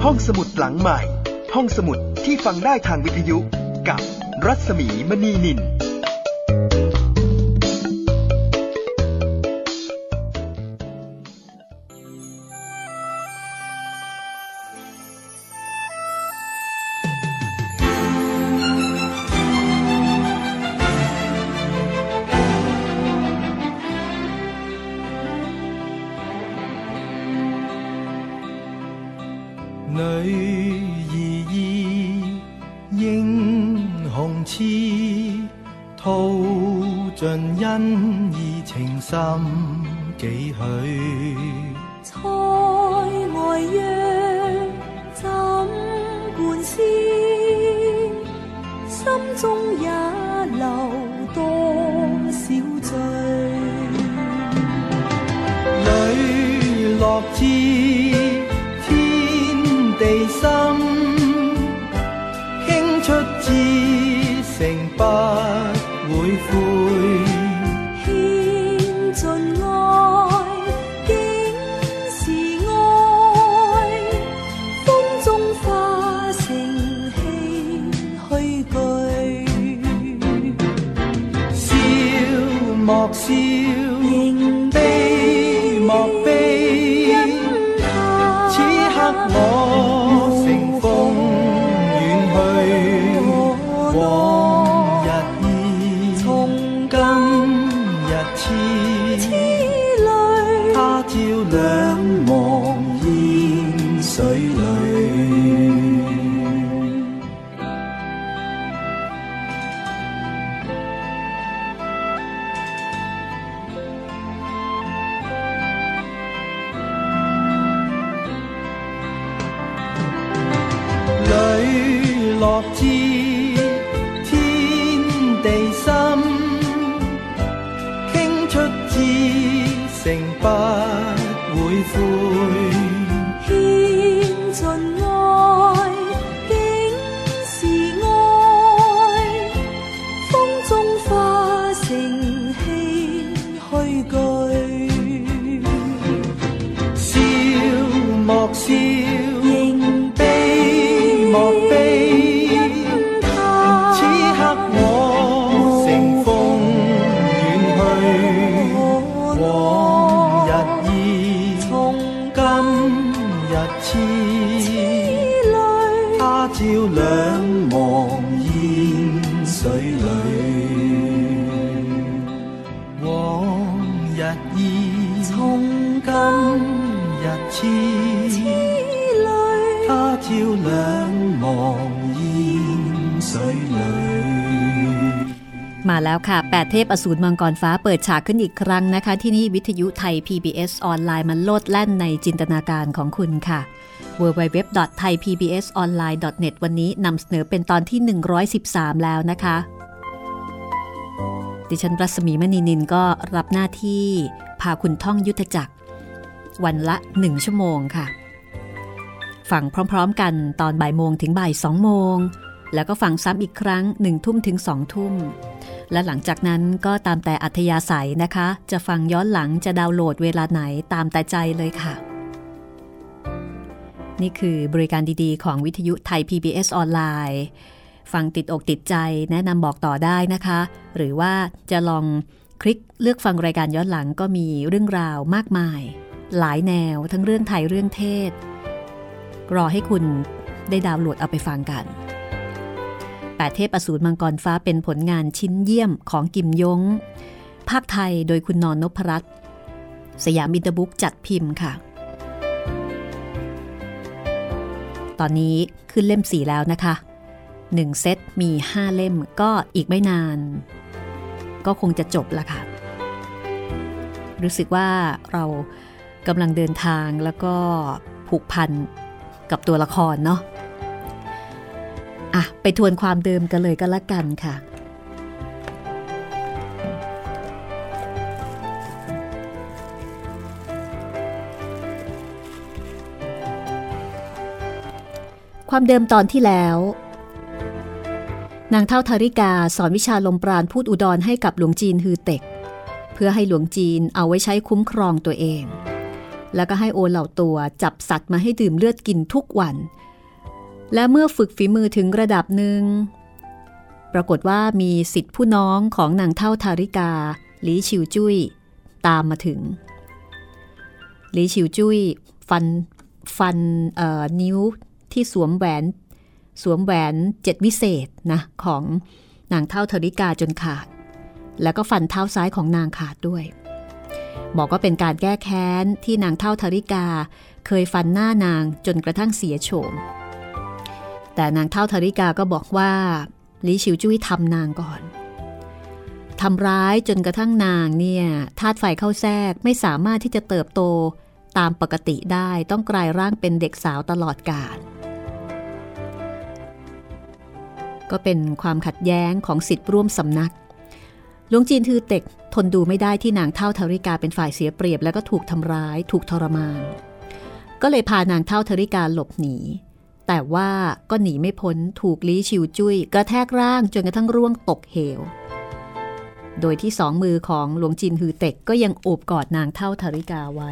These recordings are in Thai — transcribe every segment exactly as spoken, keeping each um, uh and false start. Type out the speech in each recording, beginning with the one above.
ห้องสมุดหลังใหม่ห้องสมุดที่ฟังได้ทางวิทยุกับรัศมีมณีนิน心幾許塞外約怎灌輸心中也留多少醉磊落至天地心傾出至誠不會悔莫笑仍悲莫悲此刻我乘風遠去往日意從今日痴淚他朝兩忘煙水裏落至天地心傾出至誠不會悔獻盡愛竟是愛風中化成唏噓句笑莫笑照兩忘煙水裏往日意從今日痴他照兩忘煙水裏มาแล้วค่ะแปดเทพอสูรมังกรฟ้าเปิดฉากขึ้นอีกครั้งนะคะที่นี่วิทยุไทย พี บี เอส ออนไลน์มันโลดแล่นในจินตนาการของคุณค่ะ ดับเบิลยู ดับเบิลยู ดับเบิลยู ดอท ไทย พี บี เอส ออนไลน์ ดอท เน็ต วันนี้นำเสนอเป็นตอนที่หนึ่งร้อยสิบสามแล้วนะคะดิฉันรัศมีมณีนินก็รับหน้าที่พาคุณท่องยุทธจักรวันละหนึ่งชั่วโมงค่ะฟังพร้อมๆกันตอนบ่ายโมงถึงบ่ายสองโมงแล้วก็ฟังซ้ำอีกครั้งหนึ่งทุ่มถึงสองทุ่มและหลังจากนั้นก็ตามแต่อัธยาศัยนะคะจะฟังย้อนหลังจะดาวน์โหลดเวลาไหนตามแต่ใจเลยค่ะนี่คือบริการดีๆของวิทยุไทย พี บี เอส ออนไลน์ฟังติดอกติดใจแนะนำบอกต่อได้นะคะหรือว่าจะลองคลิกเลือกฟังรายการย้อนหลังก็มีเรื่องราวมากมายหลายแนวทั้งเรื่องไทยเรื่องเทศรอให้คุณได้ดาวน์โหลดเอาไปฟังกันแปดเทพอสูรมังกรฟ้าเป็นผลงานชิ้นเยี่ยมของกิมยงภาคไทยโดยคุณนนพรัตน์สยามอินเตอร์บุ๊กจัดพิมพ์ค่ะตอนนี้ขึ้นเล่มสี่แล้วนะคะหนึ่งเซตมีห้าเล่มก็อีกไม่นานก็คงจะจบละค่ะรู้สึกว่าเรากำลังเดินทางแล้วก็ผูกพันกับตัวละครเนาะอ่ะไปทวนความเดิมกันเลยก็แล้วกันค่ะความเดิมตอนที่แล้วนางเฒ่าธาริกาสอนวิชาลมปราณพูดอุดรให้กับหลวงจีนฮือเต็กเพื่อให้หลวงจีนเอาไว้ใช้คุ้มครองตัวเองแล้วก็ให้โอเหล่าตัวจับสัตว์มาให้ดื่มเลือดกินทุกวันและเมื่อฝึกฝีมือถึงระดับหนึ่งปรากฏว่ามีศิษย์ผู้น้องของนางเฒ่าทาริกาหลีชิวจุ้ยตามมาถึงหลีชิวจุ้ยฟันฟันเอ่อนิ้วที่สวมแหวนสวมแหวนเจ็ดวิเศษนะของนางเฒ่าทาริกาจนขาดแล้วก็ฟันเท้าซ้ายของนางขาดด้วยบอกว่าเป็นการแก้แค้นที่นางเฒ่าทาริกาเคยฟันหน้านางจนกระทั่งเสียโฉมแต่นางเฒ่าทาริกาก็บอกว่าหลีชิวจุ้ยทำนางก่อนทำร้ายจนกระทั่งนางเนี่ยธาตุไฟเข้าแทรกไม่สามารถที่จะเติบโตตามปกติได้ต้องกลายร่างเป็นเด็กสาวตลอดกาลก็เป็นความขัดแย้งของศิษย์ร่วมสำนักหลวงจีนทือเต็กทนดูไม่ได้ที่นางเฒ่าทาริกาเป็นฝ่ายเสียเปรียบแล้วก็ถูกทำร้ายถูกทรมานก็เลยพานางเฒ่าทาริกาหลบหนีแต่ว่าก็หนีไม่พ้นถูกลี้ชิวจุ้ยกระแทกร่างจนกระทั่งร่วงตกเหวโดยที่สองมือของหลวงจีนฮือเต็กก็ยังโอบกอดนางเฒ่าทาริกาไว้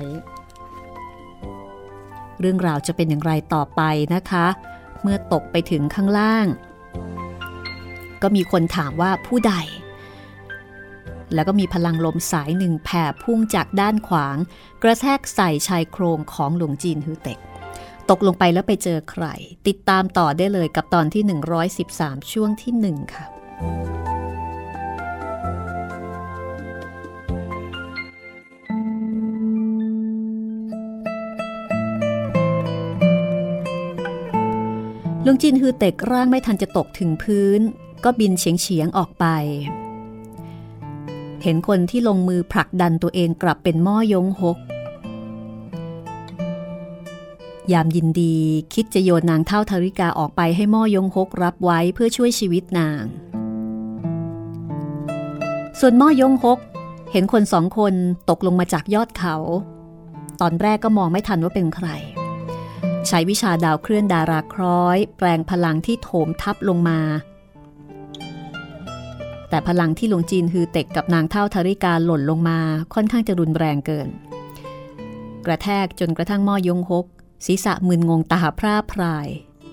เรื่องราวจะเป็นอย่างไรต่อไปนะคะเมื่อตกไปถึงข้างล่างก็มีคนถามว่าผู้ใดแล้วก็มีพลังลมสายหนึ่งแผ่พุ่งจากด้านขวางกระแทกใส่ชายโครงของหลวงจีนฮือเต็กตกลงไปแล้วไปเจอใครติดตามต่อได้เลยกับตอนที่หนึ่งร้อยสิบสามช่วงที่หนึ่งค่ะหลวงจีนฮือเต็กร่างไม่ทันจะตกถึงพื้นก็บินเฉียงๆออกไปเห็นคนที่ลงมือผลักดันตัวเองกลับเป็นม่อยงฮกยามยินดีคิดจะโยนนางเฒ่าทาริกาออกไปให้ม่อยงฮกรับไว้เพื่อช่วยชีวิตนางส่วนม่อยงฮกเห็นคนสองคนตกลงมาจากยอดเขาตอนแรกก็มองไม่ทันว่าเป็นใครใช้วิชาดาวเคลื่อนดาราคล้อยแปลงพลังที่โถมทับลงมาแต่พลังที่หลวงจีนฮือเต็กกับนางเฒ่าทาริกาหล่นลงมาค่อนข้างจะรุนแรงเกินกระแทกจนกระทั่งม่อยงฮกศีรษะมึนงงตาพร่าพราย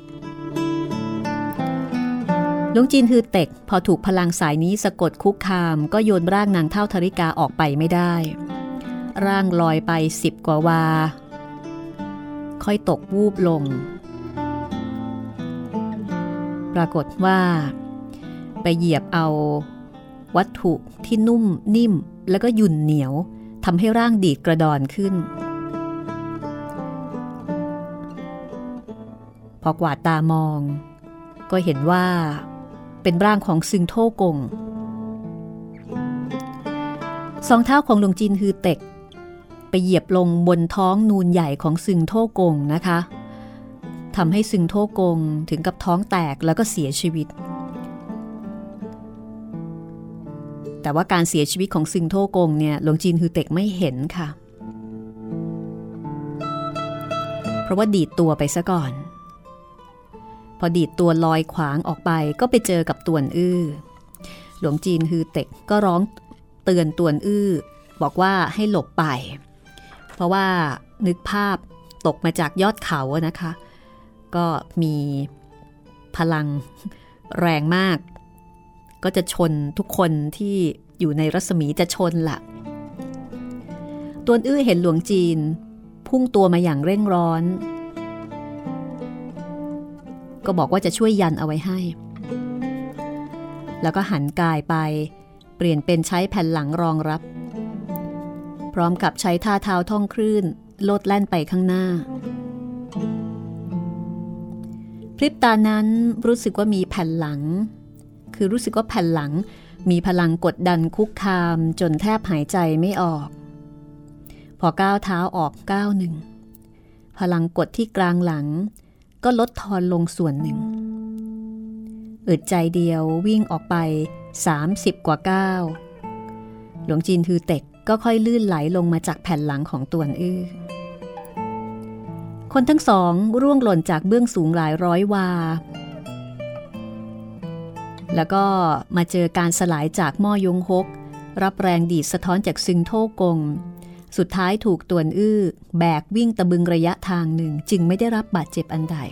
หลวงจีนฮือเต็กพอถูกพลังสายนี้สะกดคุกคามก็โยนร่างนางเฒ่าทาริกาออกไปไม่ได้ร่างลอยไปสิบกว่าวาค่อยตกวูบลงปรากฏว่าไปเหยียบเอาวัตถุที่นุ่มนิ่มแล้วก็หยุ่นเหนียวทำให้ร่างดีดกระดอนขึ้นพอกวาดตามองก็เห็นว่าเป็นร่างของซึงโท่กงสองเท้าของหลวงจีนฮือเต็กไปเหยียบลงบนท้องนูนใหญ่ของซึงโท่กงนะคะทำให้ซึงโท่กงถึงกับท้องแตกแล้วก็เสียชีวิตแต่ว่าการเสียชีวิตของซึงโท่กงเนี่ยหลวงจีนฮือเต็กไม่เห็นค่ะเพราะว่าดีดตัวไปซะก่อนพอดีดตัวลอยขวางออกไปก็ไปเจอกับตวนอื้อหลวงจีนฮือเต็กก็ร้องเตือนตวนอื้อบอกว่าให้หลบไปเพราะว่านึกภาพตกมาจากยอดเขาอะนะคะก็มีพลังแรงมากก็จะชนทุกคนที่อยู่ในรัศมีจะชนล่ะตวนอื้อเห็นหลวงจีนพุ่งตัวมาอย่างเร่งร้อนก็บอกว่าจะช่วยยันเอาไว้ให้แล้วก็หันกายไปเปลี่ยนเป็นใช้แผ่นหลังรองรับพร้อมกับใช้ท่าเท้าท่องคลื่นโลดแล่นไปข้างหน้าพริบตานั้นรู้สึกว่ามีแผ่นหลังคือรู้สึกว่าแผ่นหลังมีพลังกดดันคุกคามจนแทบหายใจไม่ออกพอก้าวเท้าออกก้าวหนึ่งพลังกดที่กลางหลังก็ลดทอนลงส่วนหนึ่งอึดใจเดียววิ่งออกไปสามสิบกว่าก้าวหลวงจีนทือเต็กก็ค่อยลื่นไหลลงมาจากแผ่นหลังของตวนอื้อคนทั้งสองร่วงหล่นจากเบื้องสูงหลายร้อยวาแล้วก็มาเจอการสลายจากม่อยงฮกรับแรงดีดสะท้อนจากซึงโท่กงสุดท้ายถูกตวนอื้อแบกวิ่งตะบึงระยะทางหนึ่งจึงไม่ได้รับบาดเจ็บอันใด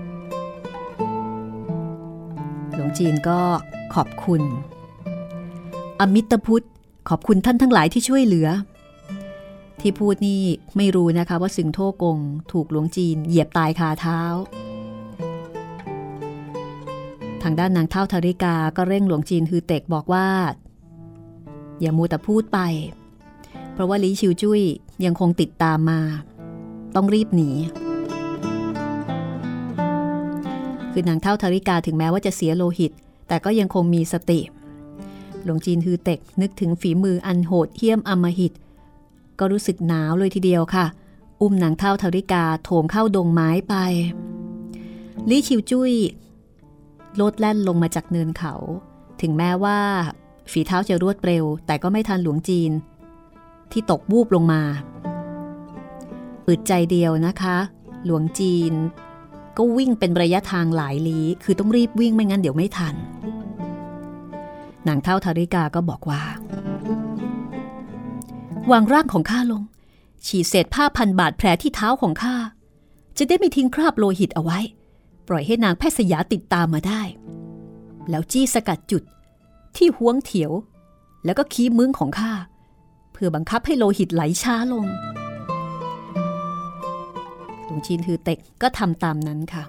หลวงจีนก็ขอบคุณอมิตรพุทธขอบคุณท่านทั้งหลายที่ช่วยเหลือที่พูดนี่ไม่รู้นะคะว่าสึงโท่กงถูกหลวงจีนเหยียบตายคาเท้าทางด้านนางเฒ่าธาริกาก็เร่งหลวงจีนฮือเต็กบอกว่าอย่ามัวแต่พูดไปเพราะว่าlýชิวจุ้ยยังคงติดตามมาต้องรีบหนีคือนางเฒ่าธาริกาถึงแม้ว่าจะเสียโลหิตแต่ก็ยังคงมีสติหลวงจีนฮือเต็กนึกถึงฝีมืออันโหดเหี้ยมอำมหิตก็รู้สึกหนาวเลยทีเดียวค่ะอุ้มนางเฒ่าธาริกาโถมเข้าดงไม้ไปlýชิวจุ้ยโลดแล่นลงมาจากเนินเขาถึงแม้ว่าฝีเท้าจะรวดเร็วแต่ก็ไม่ทันหลวงจีนที่ตกวูบลงมาอึดใจเดียวนะคะหลวงจีนก็วิ่งเป็นระยะทางหลายลี้คือต้องรีบวิ่งไม่งั้นเดี๋ยวไม่ทันนางเฒ่าธาริกาก็บอกว่าวางร่างของข้าลงฉีดเศษผ้าพันบาดแผลที่เท้าของข้าจะได้ไม่ทิ้งคราบโลหิตเอาไว้ปล่อยให้นางแพทย์สยาติดตามมาได้แล้วจี้สกัดจุดที่ห้วงเถียวแล้วก็ขี้มึงของข้าเพื่อบังคับให้โลหิตไหลช้าลงหลวงจีนฮือเต็กก็ทำตามนั้นค่ะ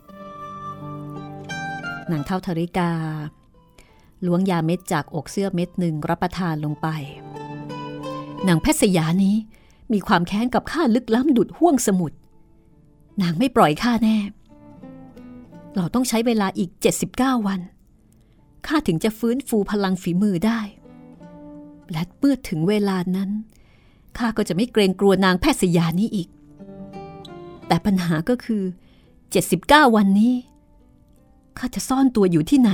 นางเฒ่าธาริกาล้วงยาเม็ดจากอกเสื้อเม็ดหนึ่งรับประทานลงไปนางแพทย์สยานี้มีความแค้นกับข้าลึกล้ำดุจห้วงสมุทรนางไม่ปล่อยข้าแน่เราต้องใช้เวลาอีกเจ็ดสิบเก้าวันข้าถึงจะฟื้นฟูพลังฝีมือได้และเมื่อถึงเวลานั้นข้าก็จะไม่เกรงกลัวนางแพทย์สยานี้อีกแต่ปัญหาก็คือเจ็ดสิบเก้าวันนี้ข้าจะซ่อนตัวอยู่ที่ไหน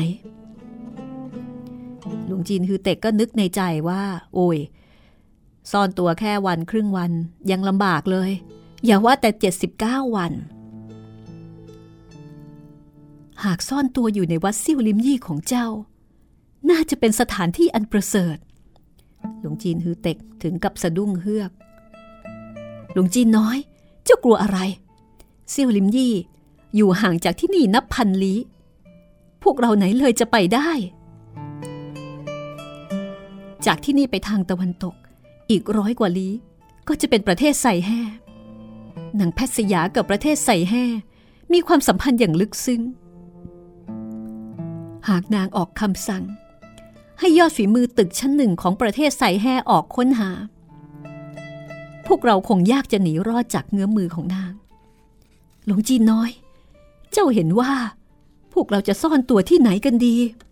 หลวงจีนฮือเต็กก็นึกในใจว่าโอ้ยซ่อนตัวแค่วันครึ่งวันยังลำบากเลยอย่าว่าแต่เจ็ดสิบเก้าวันหากซ่อนตัวอยู่ในวัดซิ่วลิมยี่ของเจ้าน่าจะเป็นสถานที่อันประเสริฐหลวงจีนฮือเต็กถึงกับสะดุ้งเฮือกหลวงจีนน้อยเจ้ากลัวอะไรซิ่วลิมยี่อยู่ห่างจากที่นี่นับพันลี้พวกเราไหนเลยจะไปได้จากที่นี่ไปทางตะวันตกอีกร้อยกว่าลี้ก็จะเป็นประเทศไซแห่นางแพทย์สยากับประเทศไซแห่มีความสัมพันธ์อย่างลึกซึ้งหากนางออกคำสั่งให้ยอดฝีมือตึกชั้นหนึ่งของประเทศไซแห่ออกค้นหาพวกเราคงยากจะหนีรอดจากเงื้อมือของนางหลวงจีนน้อยเจ้าเห็นว่าพวกเราจะซ่อนตัวที่ไหนกันดี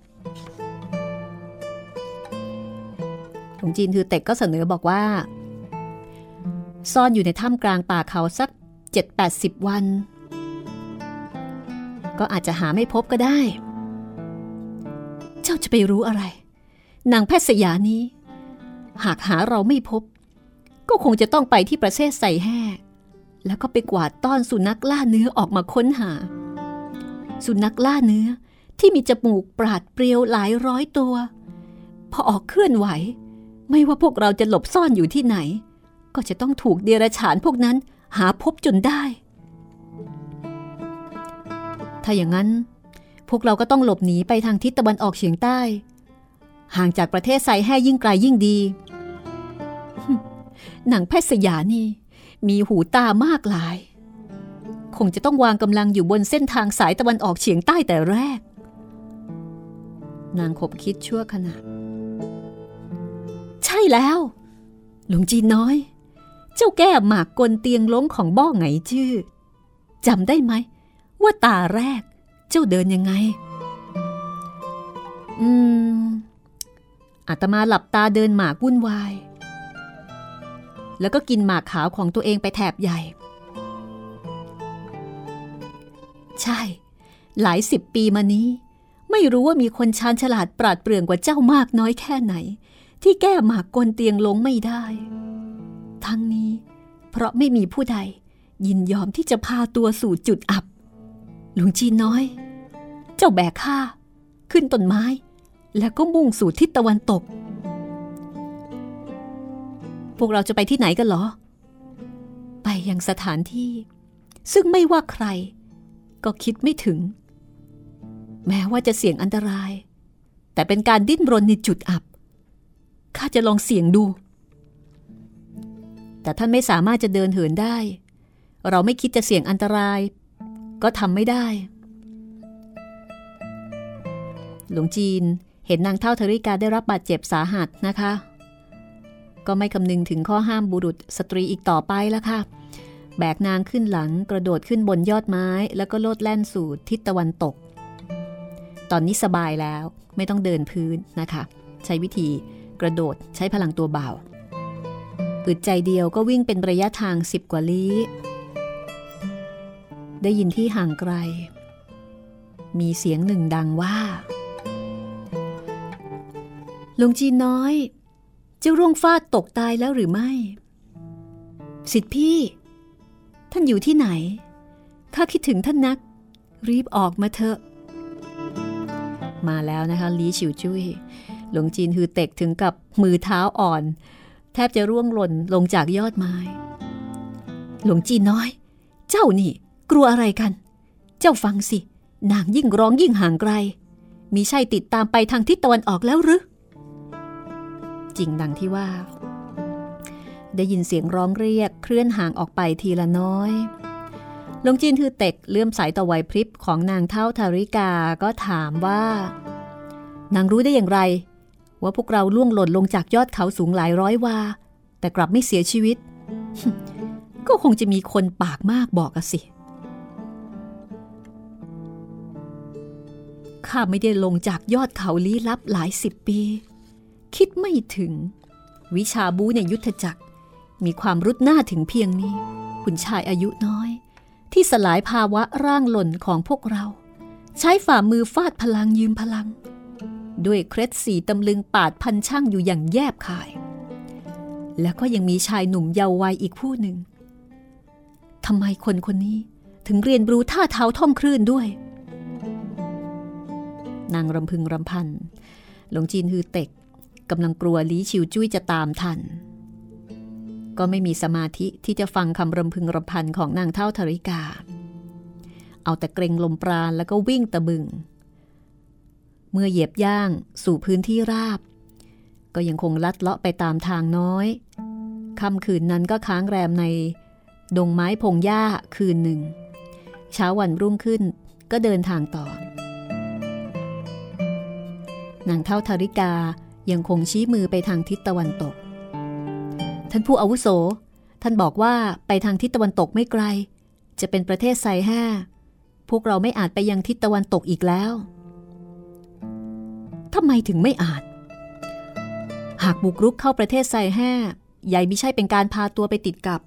หลวงจีนฮือเต็กก็เสนอบอกว่าซ่อนอยู่ในถ้ำกลางป่าเขาสัก เจ็ดแปดสิบ วันก็อาจจะหาไม่พบก็ได้เจ้าจะไปรู้อะไรนางแพทย์สยานี้หากหาเราไม่พบก็คงจะต้องไปที่ประเทศไซแห่แล้วก็ไปกวาดต้อนสุนัขล่าเนื้อออกมาค้นหาสุนัขล่าเนื้อที่มีจมูกปราดเปรียวหลายร้อยตัวพอออกเคลื่อนไหวไม่ว่าพวกเราจะหลบซ่อนอยู่ที่ไหนก็จะต้องถูกเดรัจฉานพวกนั้นหาพบจนได้ถ้าอย่างนั้นพวกเราก็ต้องหลบหนีไปทางทิศตะวันออกเฉียงใต้ห่างจากประเทศไซแห่ยิ่งไกลยิ่งดีนางแพทย์สยานี่มีหูตามากหลายคงจะต้องวางกำลังอยู่บนเส้นทางสายตะวันออกเฉียงใต้แต่แรกนางขบคิดชั่วขณะใช่แล้วหลวงจีนน้อยเจ้าแก้หมากกลเตียงล้มของบ้อไงชื่อจำได้ไหมว่าตาแรกเจ้าเดินยังไงอืมอาตมาหลับตาเดินหมากวุ่นวายแล้วก็กินหมากขาวของตัวเองไปแถบใหญ่ใช่หลายสิบปีมานี้ไม่รู้ว่ามีคนชาญฉลาดปราดเปรื่องกว่าเจ้ามากน้อยแค่ไหนที่แก้หมากกลเตียงลงไม่ได้ทั้งนี้เพราะไม่มีผู้ใดยินยอมที่จะพาตัวสู่จุดอับหลวงจีนน้อยเจ้าแบกข้าขึ้นต้นไม้แล้วก็มุ่งสู่ทิศตะวันตกพวกเราจะไปที่ไหนกันเหรอไปยังสถานที่ซึ่งไม่ว่าใครก็คิดไม่ถึงแม้ว่าจะเสี่ยงอันตรายแต่เป็นการดิ้นรนในจุดอับข้าจะลองเสี่ยงดูแต่ท่านไม่สามารถจะเดินเหินได้เราไม่คิดจะเสี่ยงอันตรายก็ทำไม่ได้หลวงจีนเห็นนางเฒ่าธริกาได้รับบาดเจ็บสาหัสนะคะก็ไม่คำนึงถึงข้อห้ามบุรุษสตรีอีกต่อไปแล้วค่ะแบกนางขึ้นหลังกระโดดขึ้นบนยอดไม้แล้วก็โลดแล่นสู่ทิศตะวันตกตอนนี้สบายแล้วไม่ต้องเดินพื้นนะคะใช้วิธีกระโดดใช้พลังตัวเบาอึดใจเดียวก็วิ่งเป็นระยะทางสิบกว่าลี้ได้ยินที่ห่างไกลมีเสียงหนึ่งดังว่าหลวงจีนน้อยเจ้าร่วงฟาดตกตายแล้วหรือไม่สิทธิพี่ท่านอยู่ที่ไหนข้าคิดถึงท่านนักรีบออกมาเถอะมาแล้วนะคะลีฉิวจุ้ยหลวงจีนฮือเต็กถึงกับมือเท้าอ่อนแทบจะร่วงหล่นลงจากยอดไม้หลวงจีนน้อยเจ้านี่กลัวอะไรกันเจ้าฟังสินางยิ่งร้องยิ่งห่างไกลมิใช่ติดตามไปทางทิศตะวันออกแล้วหรือจริงดังที่ว่าได้ยินเสียงร้องเรียกเคลื่อนห่างออกไปทีละน้อยหลวงจีนฮือเต็กเลื่อมสายตะไหวพริบของนางเฒ่าธาริกาก็ถามว่านางรู้ได้อย่างไรว่าพวกเราล่วงหล่นลงจากยอดเขาสูงหลายร้อยวาแต่กลับไม่เสียชีวิต ก็คงจะมีคนปากมากบอกอะสิข้าไม่ได้ลงจากยอดเขาลี้ลับหลายสิบปีคิดไม่ถึงวิชาบูในยุทธจักรมีความรุดหน้าถึงเพียงนี้คุณชายอายุน้อยที่สลายภาวะร่างหล่นของพวกเราใช้ฝ่ามือฟาดพลังยืมพลังด้วยเคร็ดสีตำลึงปาดพันช่างอยู่อย่างแยบคายแล้วก็ยังมีชายหนุ่มเยาว์วัยอีกผู้หนึ่งทำไมคนคนนี้ถึงเรียนรู้ท่าเท้าท่องคลื่นด้วยนางรำพึงรำพันหลวงจีนฮือเต็กกำลังกลัวลี้ชิวจุ้ยจะตามทันก็ไม่มีสมาธิที่จะฟังคำรำพึงรำพันของนางเฒ่าธาริกาเอาแต่เกรงลมปราณแล้วก็วิ่งตะบึงเมื่อเหยียบย่างสู่พื้นที่ราบก็ยังคงลัดเลาะไปตามทางน้อยค่ำคืนนั้นก็ค้างแรมในดงไม้พงหญ้าคืนหนึ่งเช้าวันรุ่งขึ้นก็เดินทางต่อนางเฒ่าธาริกายังคงชี้มือไปทางทิศตะวันตกท่านผู้อาวุโสท่านบอกว่าไปทางทิศตะวันตกไม่ไกลจะเป็นประเทศไซแห่พวกเราไม่อาจไปยังทิศตะวันตกอีกแล้วทำไมถึงไม่อาจหากบุกรุกเข้าประเทศไซแห่ใหญ่มิใช่เป็นการพาตัวไปติดกับ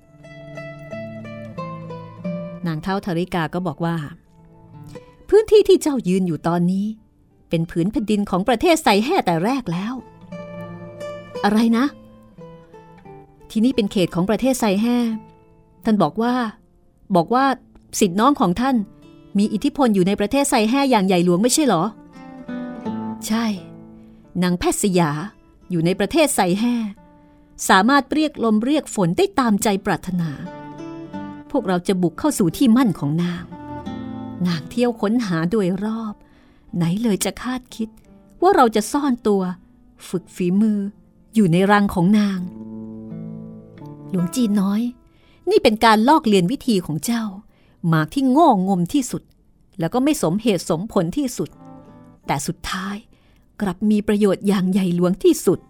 นางเฒ่าธาริกาก็บอกว่าพื้นที่ที่เจ้ายืนอยู่ตอนนี้เป็นผืนแผ่นดินของประเทศไซแห่แต่แรกแล้วอะไรนะที่นี่เป็นเขตของประเทศไซแห่ท่านบอกว่าบอกว่าศิษย์น้องของท่านมีอิทธิพลอยู่ในประเทศไซแห่อย่างใหญ่หลวงไม่ใช่หรอใช่นางแพทย์สยาอยู่ในประเทศไซแห่สามารถเรียกลมเรียกฝนได้ตามใจปรารถนาพวกเราจะบุกเข้าสู่ที่มั่นของนางนางเที่ยวค้นหาโดยรอบไหนเลยจะคาดคิดว่าเราจะซ่อนตัวฝึกฝีมืออยู่ในรังของนางหลวงจีนน้อยนี่เป็นการลอกเลียนวิธีของเจ้าหมากที่โง่งมที่สุดแล้วก็ไม่สมเหตุสมผลที่สุดแต่สุดท้ายกลับมีประโยชน์อย่างใหญ่หลวงที่สุด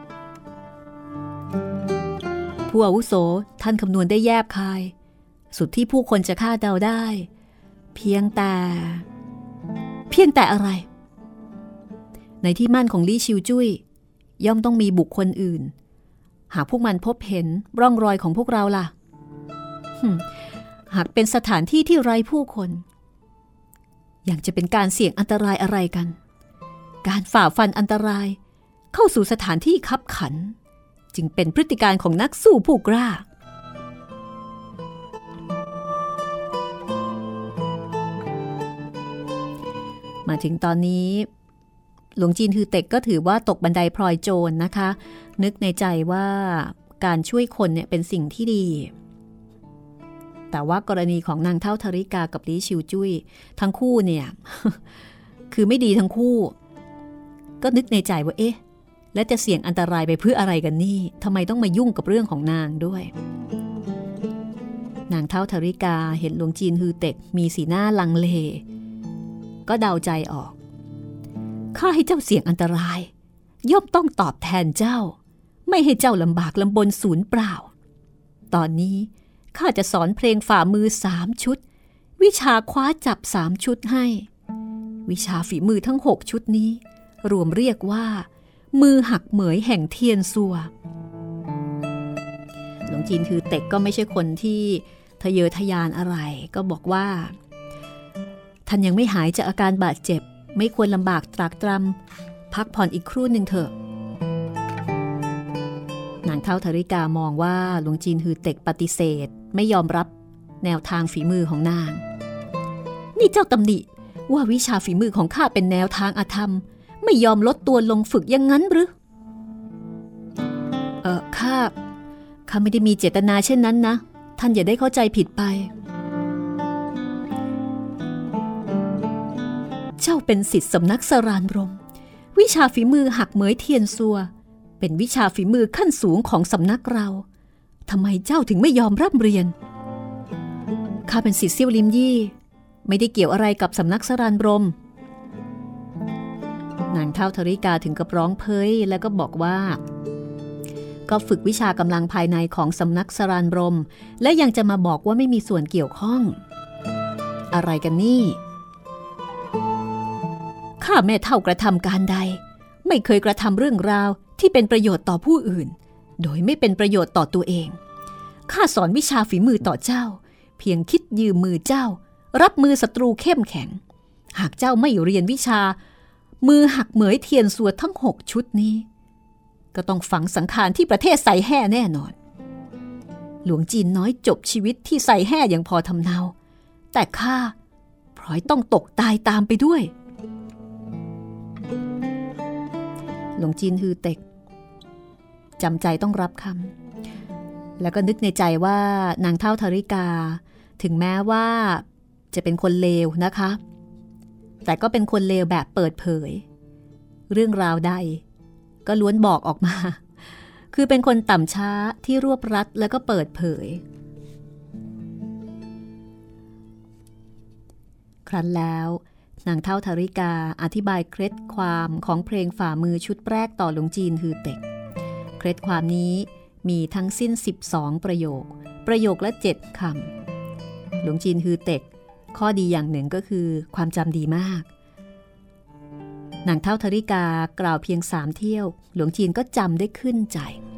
ผู้อาวุโสท่านคำนวณได้แยบคายสุดที่ผู้คนจะคาดเดาได้เพียงแต่เพียงแต่อะไรในที่มั่นของลี่ชิวจุ้ยย่อมต้องมีบุคคลอื่นหากพวกมันพบเห็นร่องรอยของพวกเราล่ะหากเป็นสถานที่ที่ไร้ผู้คนยังจะเป็นการเสี่ยงอันตรายอะไรกันการฝ่าฟันอันตรายเข้าสู่สถานที่คับขันจึงเป็นพฤติการของนักสู้ผู้กล้ามาถึงตอนนี้หลวงจีนฮือเต็กก็ถือว่าตกบันไดพลอยโจรนะคะนึกในใจว่าการช่วยคนเนี่ยเป็นสิ่งที่ดีแต่ว่ากรณีของนางเฒ่าธริกากับลี้ชิวจุ้ยทั้งคู่เนี่ย คือไม่ดีทั้งคู่ก็นึกในใจว่าเอ๊ะและจะเสี่ยงอันตรายไปเพื่ออะไรกันนี่ทำไมต้องมายุ่งกับเรื่องของนางด้วยนางเฒ่าธริกาเห็นหลวงจีนฮือเต็กมีสีหน้าลังเลก็เดาใจออกข้าให้เจ้าเสี่ยงอันตรายย่อมต้องตอบแทนเจ้าไม่ให้เจ้าลำบากลำบนศูนย์เปล่าตอนนี้ข้าจะสอนเพลงฝ่ามือสามชุดวิชาคว้าจับสามชุดให้วิชาฝีมือทั้งหกชุดนี้รวมเรียกว่ามือหักเหมยแห่งเทียนซัวหลวงจีนฮือเต็กก็ไม่ใช่คนที่ทะเยอทะยานอะไรก็บอกว่าท่านยังไม่หายจากอาการบาดเจ็บไม่ควรลำบากตรากตรำพักผ่อนอีกครู่หนึ่งเถอะนางเฒ่าธริกามองว่าหลวงจีนฮือเต็กปฏิเสธไม่ยอมรับแนวทางฝีมือของนางนี่เจ้าตำหนิว่าวิชาฝีมือของข้าเป็นแนวทางอาธรรมไม่ยอมลดตัวลงฝึกอย่างนั้นหรือเออข้าข้าไม่ได้มีเจตนาเช่นนั้นนะท่านอย่าได้เข้าใจผิดไปเจ้าเป็นศิษย์สำนักสรานรมวิชาฝีมือหักเหมยเทียนซัวเป็นวิชาฝีมือขั้นสูงของสำนักเราทำไมเจ้าถึงไม่ยอมร่ำเรียนข้าเป็นศิษย์เซี่ยวลิมยี่ไม่ได้เกี่ยวอะไรกับสำนักสรานรมนางเฒ่าธริกาถึงกับร้องเพ้ยแล้วก็บอกว่าก็ฝึกวิชากำลังภายในของสำนักสรานรมและยังจะมาบอกว่าไม่มีส่วนเกี่ยวข้องอะไรกันนี่ข้าแม่เฒ่ากระทำการใดไม่เคยกระทำเรื่องราวที่เป็นประโยชน์ต่อผู้อื่นโดยไม่เป็นประโยชน์ต่อตัวเองข้าสอนวิชาฝีมือต่อเจ้าเพียงคิดยืมมือเจ้ารับมือศัตรูเข้มแข็งหากเจ้าไม่เรียนวิชามือหักเหมยเทียนซัวทั้งหกชุดนี้ก็ต้องฝังสังขารที่ประเทศไซแห่แน่นอนหลวงจีนน้อยจบชีวิตที่ไซแห่ยังพอทำเนาแต่ข้าพลอยต้องตกตายตามไปด้วยหลวงจีนฮือเต็กจำใจต้องรับคำแล้วก็นึกในใจว่านางเฒ่าธริกาถึงแม้ว่าจะเป็นคนเลวนะคะแต่ก็เป็นคนเลวแบบเปิดเผยเรื่องราวใดก็ล้วนบอกออกมาคือเป็นคนต่ำช้าที่รวบรัดแล้วก็เปิดเผยครั้นแล้วนางเฒ่าธริกาอธิบายเคล็ดความของเพลงฝ่ามือชุดแรกต่อหลวงจีนฮือเต็กเคล็ดความนี้มีทั้งสิ้นสิบสองประโยคประโยคละเจ็ดคำหลวงจีนฮือเต็กข้อดีอย่างหนึ่งก็คือความจำดีมากนางเฒ่าธริกากล่าวเพียงสามเที่ยวหลวงจีนก็จำได้ขึ้นใจ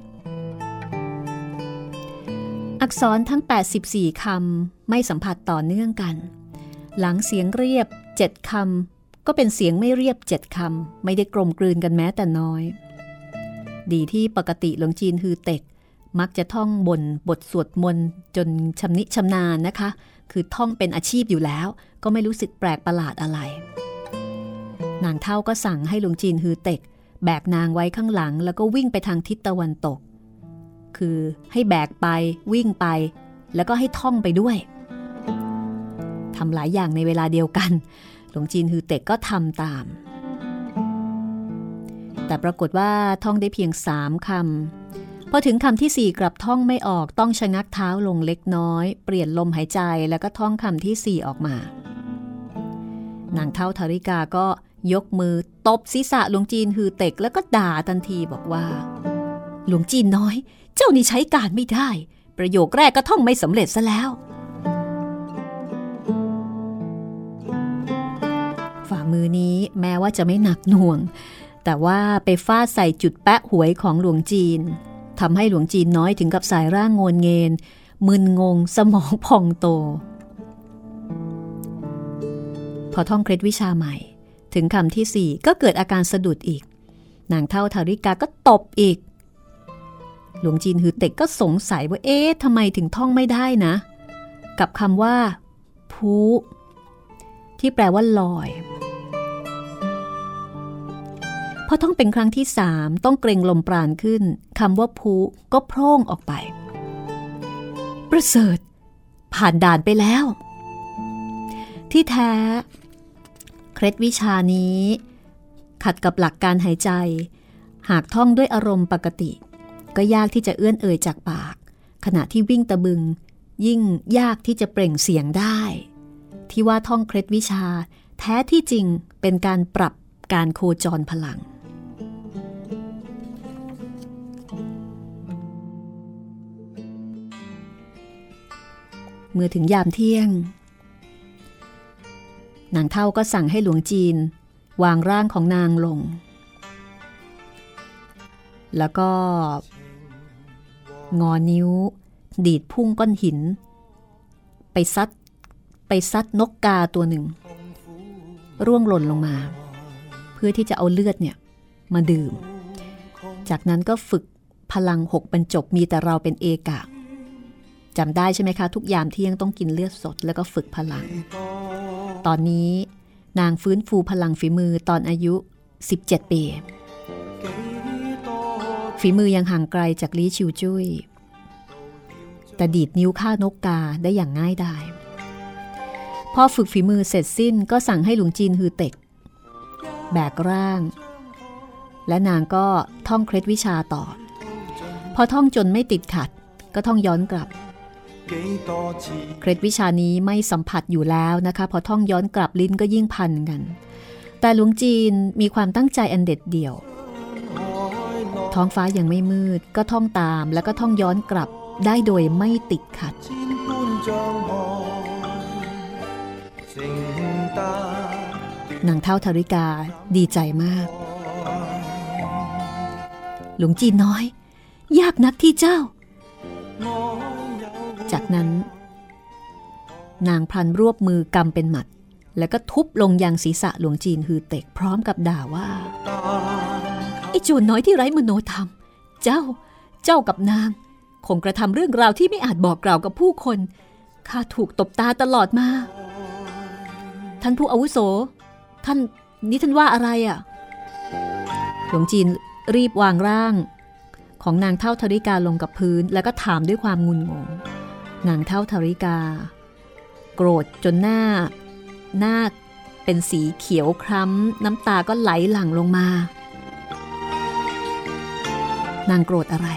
อักษรทั้งแปดสิบสี่คำไม่สัมผัสต่อเนื่องกันหลังเสียงเรียบเจ็ดคำก็เป็นเสียงไม่เรียบเจ็ดคำไม่ได้กลมกลืนกันแม้แต่น้อยดีที่ปกติหลวงจีนฮือเต็กมักจะท่องบนบทสวดมนต์จนชำนิชำนาญนะคะคือท่องเป็นอาชีพอยู่แล้วก็ไม่รู้สึกแปลกประหลาดอะไรนางเฒ่าก็สั่งให้หลวงจีนฮือเต็กแบกนางไว้ข้างหลังแล้วก็วิ่งไปทางทิศตะวันตกคือให้แบกไปวิ่งไปแล้วก็ให้ท่องไปด้วยทำหลายอย่างในเวลาเดียวกันหลวงจีนฮือเต็กก็ทำตามแต่ปรากฏว่าท่องได้เพียงสามคำพอถึงคำที่สี่กลับท่องไม่ออกต้องชะงักเท้าลงเล็กน้อยเปลี่ยนลมหายใจแล้วก็ท่องคำที่สี่ออกมานางเฒ่าธริกาก็ยกมือตบศีรษะหลวงจีนฮือเต็กแล้วก็ด่าทันทีบอกว่าหลวงจีนน้อยเจ้านี่ใช้การไม่ได้ประโยคแรกก็ท่องไม่สำเร็จซะแล้วฝ่ามือนี้แม้ว่าจะไม่หนักหน่วงแต่ว่าไปฟาดใส่จุดแปะหวยของหลวงจีนทำให้หลวงจีนน้อยถึงกับสายร่างโงนเงนมึนงงสมองพองโตพอท่องเคล็ดวิชาใหม่ถึงคำที่สี่ก็เกิดอาการสะดุดอีกนางเฒ่าธริกาก็ตบอีกหลวงจีนฮือเต็กก็สงสัยว่าเอ๊ะทำไมถึงท่องไม่ได้นะกับคำว่าพูที่แปลว่าลอยพอท่องเป็นครั้งที่สามต้องเกรงลมปราณขึ้นคำว่าพุก็โพร่งออกไปประเสริฐผ่านด่านไปแล้วที่แท้เคล็ดวิชานี้ขัดกับหลักการหายใจหากท่องด้วยอารมณ์ปกติก็ยากที่จะเอื้อนเอ่ยจากปากขณะที่วิ่งตะบึงยิ่งยากที่จะเปล่งเสียงได้ที่ว่าท่องเคล็ดวิชาแท้ที่จริงเป็นการปรับการโคจรพลังเมื่อถึงยามเที่ยงนางเฒ่าก็สั่งให้หลวงจีนวางร่างของนางลงแล้วก็งอนิ้วดีดพุ่งก้อนหินไปซัดไปซัดนกกาตัวหนึ่งร่วงหล่นลงมาเพื่อที่จะเอาเลือดเนี่ยมาดื่มจากนั้นก็ฝึกพลังหกบรรจบมีแต่เราเป็นเอกะจำได้ใช่ไหมคะทุกยามเที่ยงต้องกินเลือดสดแล้วก็ฝึกพลังตอนนี้นางฟื้นฟูพลังฝีมือตอนอายุสิบเจ็ดปีฝีมือยังห่างไกลจากลี่ชิวจุ้ยแต่ดีดนิ้วฆ่านกกาได้อย่างง่ายดายพอฝึกฝีมือเสร็จสิ้นก็สั่งให้หลวงจีนฮือเต็กแบกร่างและนางก็ท่องเคล็ดวิชาต่อพอท่องจนไม่ติดขัดก็ท่องย้อนกลับเคล็ดวิชานี้ไม่สัมผัสอยู่แล้วนะคะพอท่องย้อนกลับลิ้นก็ยิ่งพันกันแต่หลวงจีนมีความตั้งใจอันเด็ดเดี่ยวท้องฟ้ายังไม่มืดก็ท่องตามแล้วก็ท่องย้อนกลับได้โดยไม่ติดขัดนางเฒ่าธาริกาดีใจมากหลวงจีนน้อยยากนักที่เจ้าจากนั้นนางพลันรวบมือกำเป็นหมัดแล้วก็ทุบลงยังศีรษะหลวงจีนฮือเต็กพร้อมกับด่าว่าไอ้โจรน้อยที่ไร้มโนธรรมเจ้าเจ้ากับนางคงกระทำเรื่องราวที่ไม่อาจบอกกล่าวกับผู้คนข้าถูกตบตาตลอดมาท่านผู้อาวุโสท่านนี่ท่านว่าอะไรอ่ะหลวงจีนรีบวางร่างของนางเฒ่าธาริกาลงกับพื้นแล้วก็ถามด้วยความงุนงงนางเฒ่าธาริกาโกรธจนหน้าหน้าเป็นสีเขียวคล้ำน้ำตาก็ไหลหลั่งลงมานางโกรธอะไร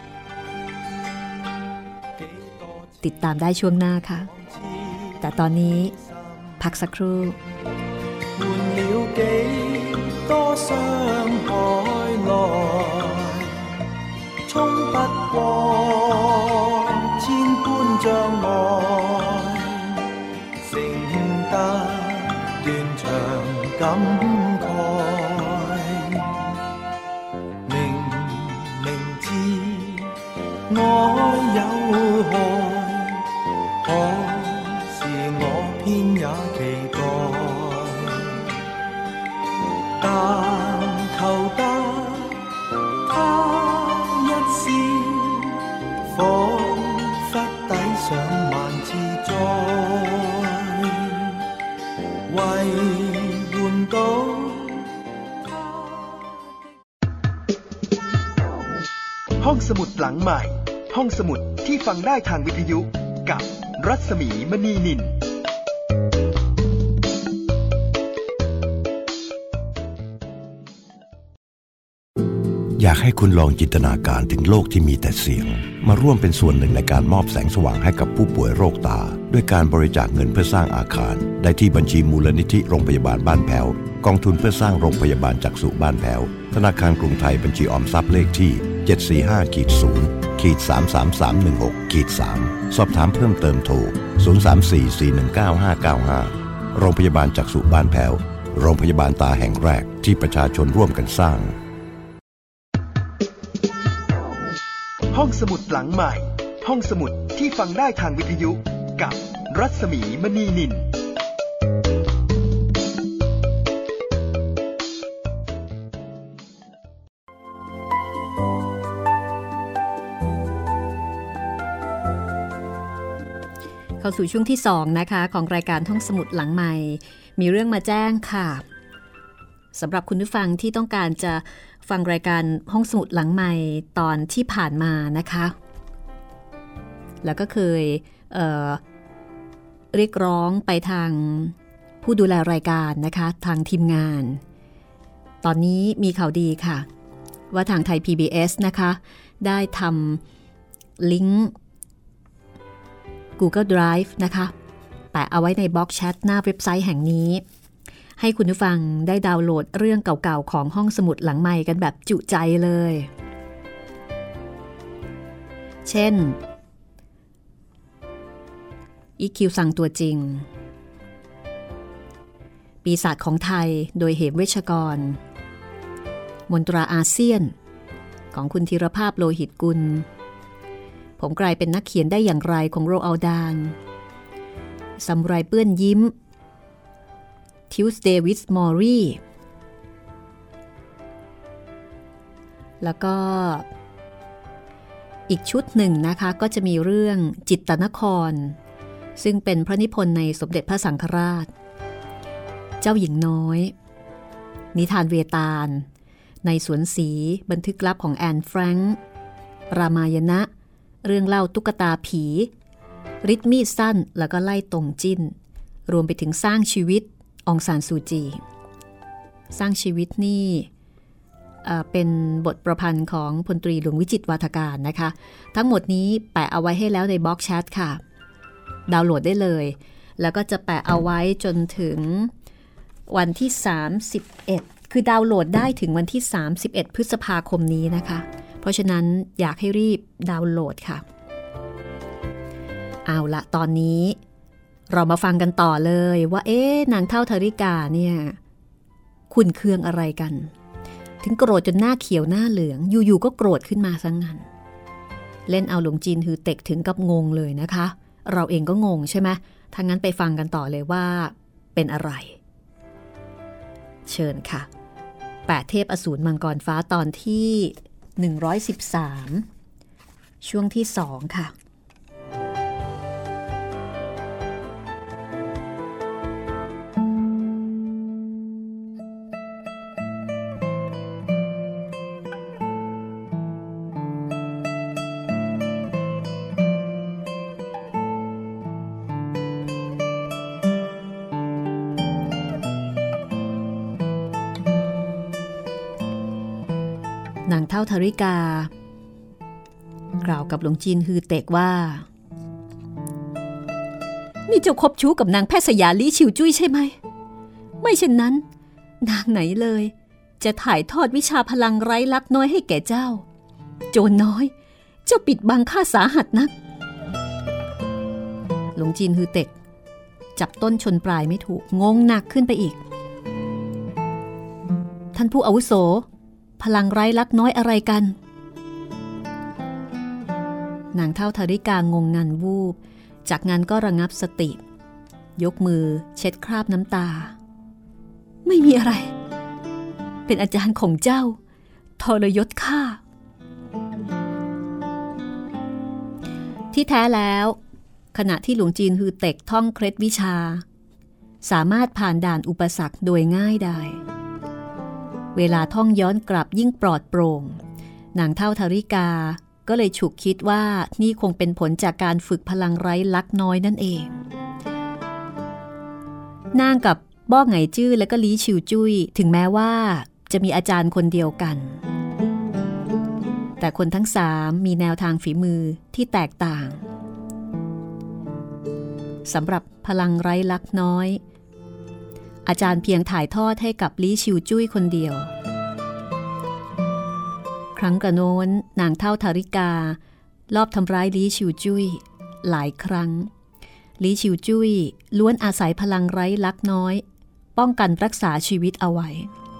ติดตามได้ช่วงหน้าค่ะแต่ตอนนี้พักสักครู่衝不過千般障礙，乘得斷腸感慨。明明知愛有害，可是我偏也期待，但求得他彷彿抵上萬次災，為換到ห้องสมุดหลังใหม่ห้องสมุดที่ฟังได้ทางวิทยุกับรัศมีมณีนินอยากให้คุณลองจินตนาการถึงโลกที่มีแต่เสียงมาร่วมเป็นส่วนหนึ่งในการมอบแสงสว่างให้กับผู้ป่วยโรคตาด้วยการบริจาคเงินเพื่อสร้างอาคารได้ที่บัญชีมูลนิธิโรงพยาบาลบ้านแพ้วกองทุนเพื่อสร้างโรงพยาบาลจักษุบ้านแพ้วธนาคารกรุงไทยบัญชีออมทรัพย์เลขที่ เจ็ด สี่ ห้า ศูนย์ สาม สาม สาม หนึ่ง หก สาม สอบถามเพิ่มเติมโทร ศูนย์ สาม สี่ สี่ หนึ่ง เก้า ห้า เก้า ห้า โรงพยาบาลจักษุบ้านแพ้วโรงพยาบาลตาแห่งแรกที่ประชาชนร่วมกันสร้างห้องสมุดหลังใหม่ห้องสมุดที่ฟังได้ทางวิทยุกับรัศมีมณีนินเข้าสู่ช่วงที่สองนะคะของรายการห้องสมุดหลังใหม่มีเรื่องมาแจ้งค่ะสำหรับคุณผู้ฟังที่ต้องการจะฟังรายการห้องสมุดหลังใหม่ตอนที่ผ่านมานะคะแล้วก็เคยเอ่อเรียกร้องไปทางผู้ดูแลรายการนะคะทางทีมงานตอนนี้มีข่าวดีค่ะว่าทางไทย พี บี เอส นะคะได้ทำลิงก์ Google Drive นะคะแปะเอาไว้ในบล็อกแชทหน้าเว็บไซต์แห่งนี้ให้คุณผู้ฟังได้ดาวน์โหลดเรื่องเก่าๆของห้องสมุดหลังใหม่กันแบบจุใจเลยเช่นอีคิวสั่งตัวจริงปีศาจของไทยโดยเหมเวชกรมนตราอาเซียนของคุณธีรภาพโลหิตกุลผมกลายเป็นนักเขียนได้อย่างไรของโรอัลดานซามูไรเปื้อนยิ้ม Tuesday with Morrie แล้วก็อีกชุดหนึ่งนะคะก็จะมีเรื่องจิตตนครซึ่งเป็นพระนิพนธ์ในสมเด็จพระสังฆราชเจ้าหญิงน้อยนิทานเวตาลในสวนสีบันทึกลับของแอนแฟรงค์รามายณะเรื่องเล่าตุ๊กตาผีริทมีดสั้นแล้วก็ไล่ตรงจิ้นรวมไปถึงสร้างชีวิตองซานซูจีสร้างชีวิตนี่เป็นบทประพันธ์ของพลตรีหลวงวิจิตรวาทการนะคะทั้งหมดนี้แปะเอาไว้ให้แล้วในบล็อกแชทค่ะดาวน์โหลดได้เลยแล้วก็จะแปะเอาไว้จนถึงวันที่สามสิบเอ็ดคือดาวน์โหลดได้ถึงวันที่สามสิบเอ็ดพฤษภาคมนี้นะคะเพราะฉะนั้นอยากให้รีบดาวน์โหลดค่ะเอาละตอนนี้เรามาฟังกันต่อเลยว่าเอ๊ะนางเฒ่าธาริกาเนี่ยขุ่นเคืองอะไรกันถึงโกรธจนหน้าเขียวหน้าเหลืองอยู่ๆก็โกรธขึ้นมาซะงั้นเล่นเอาหลวงจีนฮือเต็กถึงกับงงเลยนะคะเราเองก็งงใช่ไหมถ้างั้นไปฟังกันต่อเลยว่าเป็นอะไรเชิญค่ะแปดเทพอสูรมังกรฟ้าตอนที่หนึ่งร้อยสิบสามช่วงที่สองค่ะนางเฒ่าธาริกากล่าวกับหลวงจีนฮือเต็กว่านี่เจ้าคบชู้กับนางแพทย์สยาลี่ชิวจุ้ยใช่ไหมไม่เช่นนั้นนางไหนเลยจะถ่ายทอดวิชาพลังไร้ลักน้อยให้แก่เจ้าโจรน้อยเจ้าปิดบังข้าสาหัสนักหลวงจีนฮือเต็กจับต้นชนปลายไม่ถูกงงหนักขึ้นไปอีกท่านผู้อาวุโสพลังไร้ลักน้อยอะไรกันนางเฒ่าธาริกางงงันวูบจากนั้นก็ระงับสติยกมือเช็ดคราบน้ำตาไม่มีอะไรเป็นอาจารย์ของเจ้าทรยศข้าที่แท้แล้วขณะที่หลวงจีนฮือเต็กท่องเคล็ดวิชาสามารถผ่านด่านอุปสรรคโดยง่ายได้เวลาท่องย้อนกลับยิ่งปลอดโปร่งนางเฒ่าธาริกาก็เลยฉุกคิดว่านี่คงเป็นผลจากการฝึกพลังไร้ลักน้อยนั่นเองนางกับบ้อไงจื้อและก็ลี้ชิวจุ้ยถึงแม้ว่าจะมีอาจารย์คนเดียวกันแต่คนทั้งสามมีแนวทางฝีมือที่แตกต่างสำหรับพลังไร้ลักน้อยอาจารย์เพียงถ่ายทอดให้กับลี้ชิวจุ้ยคนเดียวครั้งกระโน้นนางเฒ่าธาริกาลอบทำร้ายลี้ชิวจุ้ยหลายครั้งลี้ชิวจุ้ยล้วนอาศัยพลังไร้ลักน้อยป้องกันรักษาชีวิตเอาไว้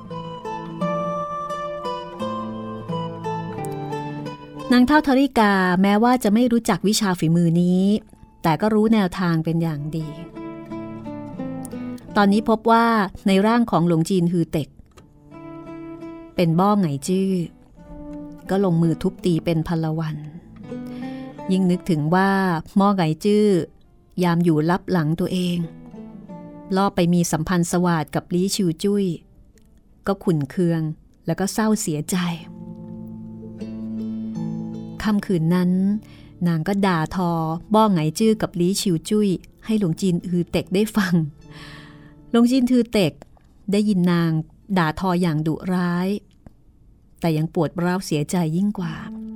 นางเฒ่าธาริกาแม้ว่าจะไม่รู้จักวิชาฝีมือนี้แต่ก็รู้แนวทางเป็นอย่างดีตอนนี้พบว่าในร่างของหลวงจีนฮือเต็กเป็นบ้อไงจื้อก็ลงมือทุบตีเป็นพลวันยิ่งนึกถึงว่าม่อไงจื้อยามอยู่ลับหลังตัวเองล่อไปมีสัมพันธ์สวาทกับลี้ชิวจุ้ยก็ขุ่นเคืองแล้วก็เศร้าเสียใจค่ำคืนนั้นนางก็ด่าทอบ้องไหงจื้อกับลี้ชิวจุ้ยให้หลวงจีนฮือเต็กได้ฟังหลวงจีนฮือเต็กได้ยินนางด่าทออย่างดุร้ายแต่ยังปวดร้าวเสียใจยิ่งกว่า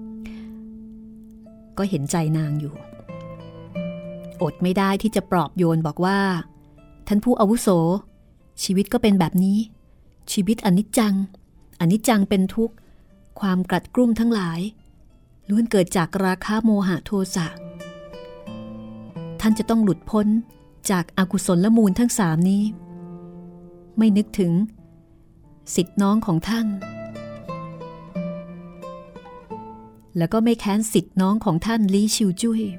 ก็เห็นใจนางอยู่อดไม่ได้ที่จะปลอบโยนบอกว่าท่านผู้อาวุโสชีวิตก็เป็นแบบนี้ชีวิตอนิจจังอนิจจังเป็นทุกข์ความกลัดกลุ้มทั้งหลายล้วนเกิดจากราคะโมหะโทสะท่านจะต้องหลุดพ้นจากอกุศลมูลทั้งสามนี้ไม่นึกถึงศิษย์น้องของท่านแล้วก็ไม่แค้นศิษย์น้องของท่านลี้ชิวจุ้ย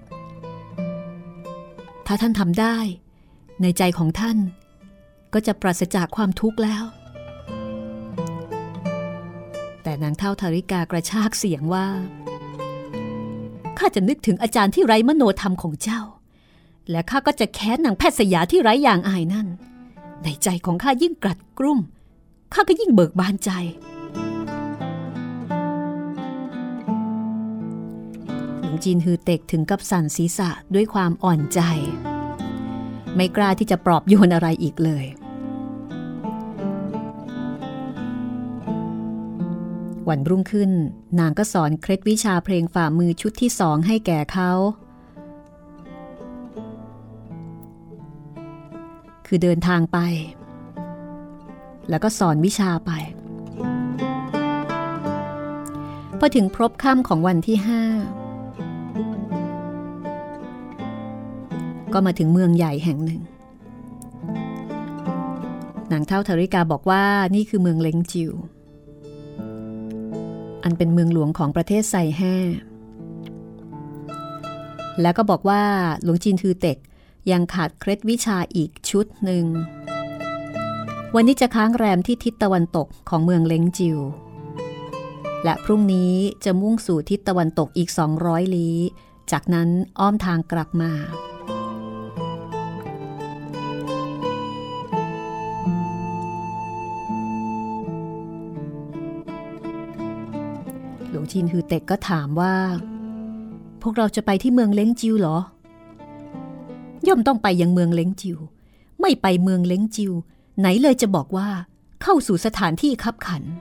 ถ้าท่านทำได้ในใจของท่านก็จะปราศจากความทุกข์แล้วแต่นางเฒ่าธาริกากระชากเสียงว่าข้าจะนึกถึงอาจารย์ที่ไร้มโนธรรมของเจ้าและข้าก็จะแค้นนางแพทย์สยาที่ไร้อย่างอายนั่นในใจของข้ายิ่งกลัดกลุ้มข้าก็ยิ่งเบิกบานใจหลวงจีนฮือเต็กถึงกับสั่นศีรษะด้วยความอ่อนใจไม่กล้าที่จะปลอบโยนอะไรอีกเลยวันรุ่งขึ้นนางก็สอนเคล็ดวิชาเพลงฝ่ามือชุดที่สองให้แก่เขาคือเดินทางไปแล้วก็สอนวิชาไปพอถึงพบค่ำของวันที่ห้าก็มาถึงเมืองใหญ่แห่งหนึ่งนางเฒ่าธาริกาบอกว่านี่คือเมืองเล้งจิวอันเป็นเมืองหลวงของประเทศไซแห่แล้วก็บอกว่าหลวงจีนทือเต็กยังขาดเคล็ดวิชาอีกชุดหนึ่งวันนี้จะค้างแรมที่ทิศตะวันตกของเมืองเล้งจิวและพรุ่งนี้จะมุ่งสู่ทิศตะวันตกอีกสองร้อยลี้จากนั้นอ้อมทางกลับมาหลวงจีนฮือเต็กก็ถามว่าพวกเราจะไปที่เมืองเล้งจิวเหรอย่อมต้องไปยังเมืองเล้งจิวไม่ไปเมืองเล้งจิวไหนเลยจะบอกว่าเข้าสู่สถานที่คับขัน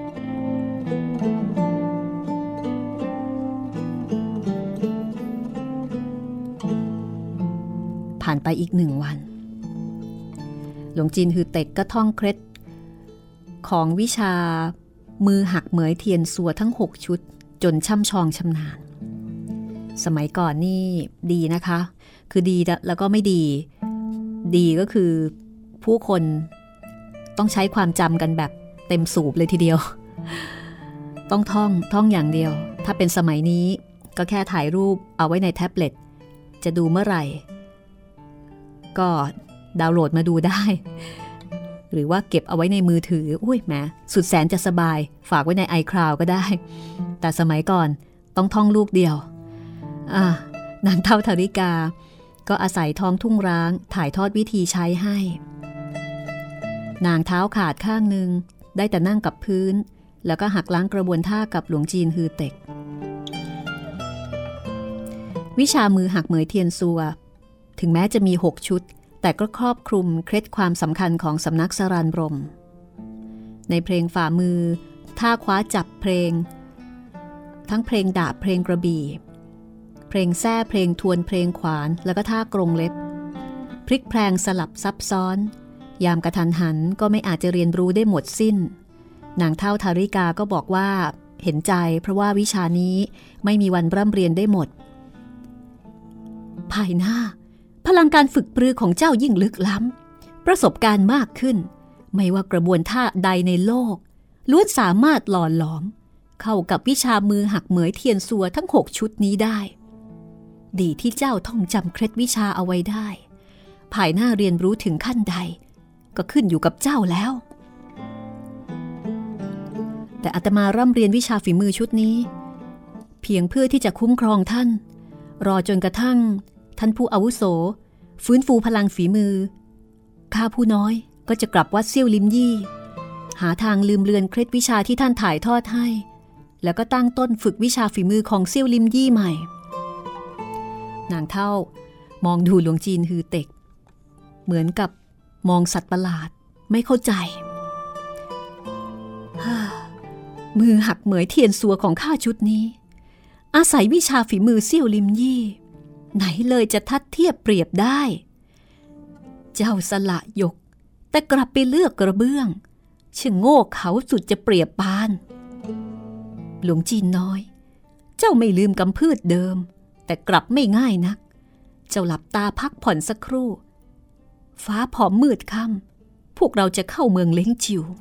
ผ่านไปอีกหนึ่งวันหลวงจีนฮือเต็กก็ท่องเคล็ดของวิชามือหักเหมยเทียนสัวทั้งหกชุดจนช่ำชองชำนาญสมัยก่อนนี่ดีนะคะคือดีแล้วก็ไม่ดีดีก็คือผู้คนต้องใช้ความจำกันแบบเต็มสูบเลยทีเดียวต้องท่องท่องอย่างเดียวถ้าเป็นสมัยนี้ก็แค่ถ่ายรูปเอาไว้ในแท็บเล็ตจะดูเมื่อไหร่ก็ดาวน์โหลดมาดูได้หรือว่าเก็บเอาไว้ในมือถืออุ้ยแหมสุดแสนจะสบายฝากไว้ใน iCloud ก็ได้แต่สมัยก่อนต้องท่องลูกเดียวอ่านางเฒ่าธาริกาก็อาศัยท้องทุ่งร้างถ่ายทอดวิธีใช้ให้นางเท้าขาดข้างหนึ่งได้แต่นั่งกับพื้นแล้วก็หักล้างกระบวนท่ากับหลวงจีนฮือเต็กวิชามือหักเหมยเทียนซัวถึงแม้จะมีหกชุดแต่ก็ครอบคลุมเคล็ดความสำคัญของสำนักสรานบรมในเพลงฝ่ามือท่าคว้าจับเพลงทั้งเพลงดาบเพลงกระบี่เพลงแซ่เพลงทวนเพลงขวานแล้วก็ท่ากรงเล็บพลิกแพลงสลับซับซ้อนยามกระทันหันก็ไม่อาจจะเรียนรู้ได้หมดสิ้นนางเฒ่าธาริกาก็บอกว่าเห็นใจเพราะว่าวิชานี้ไม่มีวันร่ำเรียนได้หมดภายหน้าพลังการฝึกปรือของเจ้ายิ่งลึกล้ำประสบการณ์มากขึ้นไม่ว่ากระบวนท่าใดในโลกล้วนสามารถหล่อหลอมเข้ากับวิชามือหักเหมยเทียนซัวทั้งหกชุดนี้ได้ดีที่เจ้าท่องจำเคล็ดวิชาเอาไว้ได้ภายหน้าเรียนรู้ถึงขั้นใดก็ขึ้นอยู่กับเจ้าแล้วแต่อาตมาร่ำเรียนวิชาฝีมือชุดนี้เพียงเพื่อที่จะคุ้มครองท่านรอจนกระทั่งท่านผู้อาวุโสฟื้นฟูพลังฝีมือข้าผู้น้อยก็จะกลับวัดเซี่ยวลิมยี่หาทางลืมเลือนเคล็ดวิชาที่ท่านถ่ายทอดให้แล้วก็ตั้งต้นฝึกวิชาฝีมือของเซี่ยวลิมยี่ใหม่นางเท่ามองดูหลวงจีนฮือเต็กเหมือนกับมองสัตว์ประหลาดไม่เข้าใจมือหักเหมยเทียนซัวของข้าชุดนี้อาศัยวิชาฝีมือเซี่ยวลิมยี่ไหนเลยจะทัดเทียบเปรียบได้เจ้าสละยกแต่กลับไปเลือกกระเบื้องช่างโง่เขาสุดจะเปรียบปานหลวงจีนน้อยเจ้าไม่ลืมกำพืชเดิมแต่กลับไม่ง่ายนักเจ้าหลับตาพักผ่อนสักครู่ฟ้าผอมมืดค่ำพวกเราจะเข้าเมืองเล้งจิว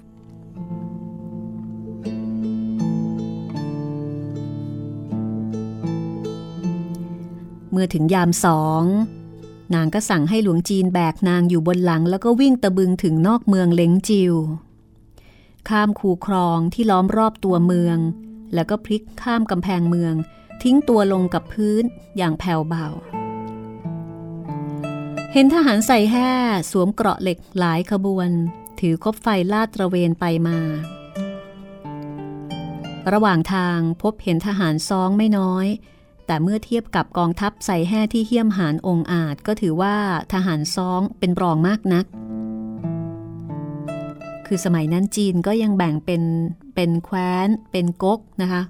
เมื่อถึงยามสองนางก็สั่งให้หลวงจีนแบกนางอยู่บนหลังแล้วก็วิ่งตะบึงถึงนอกเมืองเล้งจิวข้ามคูคลองที่ล้อมรอบตัวเมืองแล้วก็พลิกข้ามกำแพงเมืองทิ้งตัวลงกับพื้นอย่างแผ่วเบาเห็นทหารใส่แห่สวมเกราะเหล็กหลายขบวนถือคบไฟลาดตระเวนไปมาระหว่างทางพบเห็นทหารซ้องไม่น้อยแต่เมื่อเทียบกับกองทัพใส่แห่ที่เหี้ยมหาญองอาจก็ถือว่าทหารซ้องเป็นรองมากนักคือสมัยนั้นจีนก็ยังแบ่งเป็นเป็นแคว้นเป็นก๊กนะคะ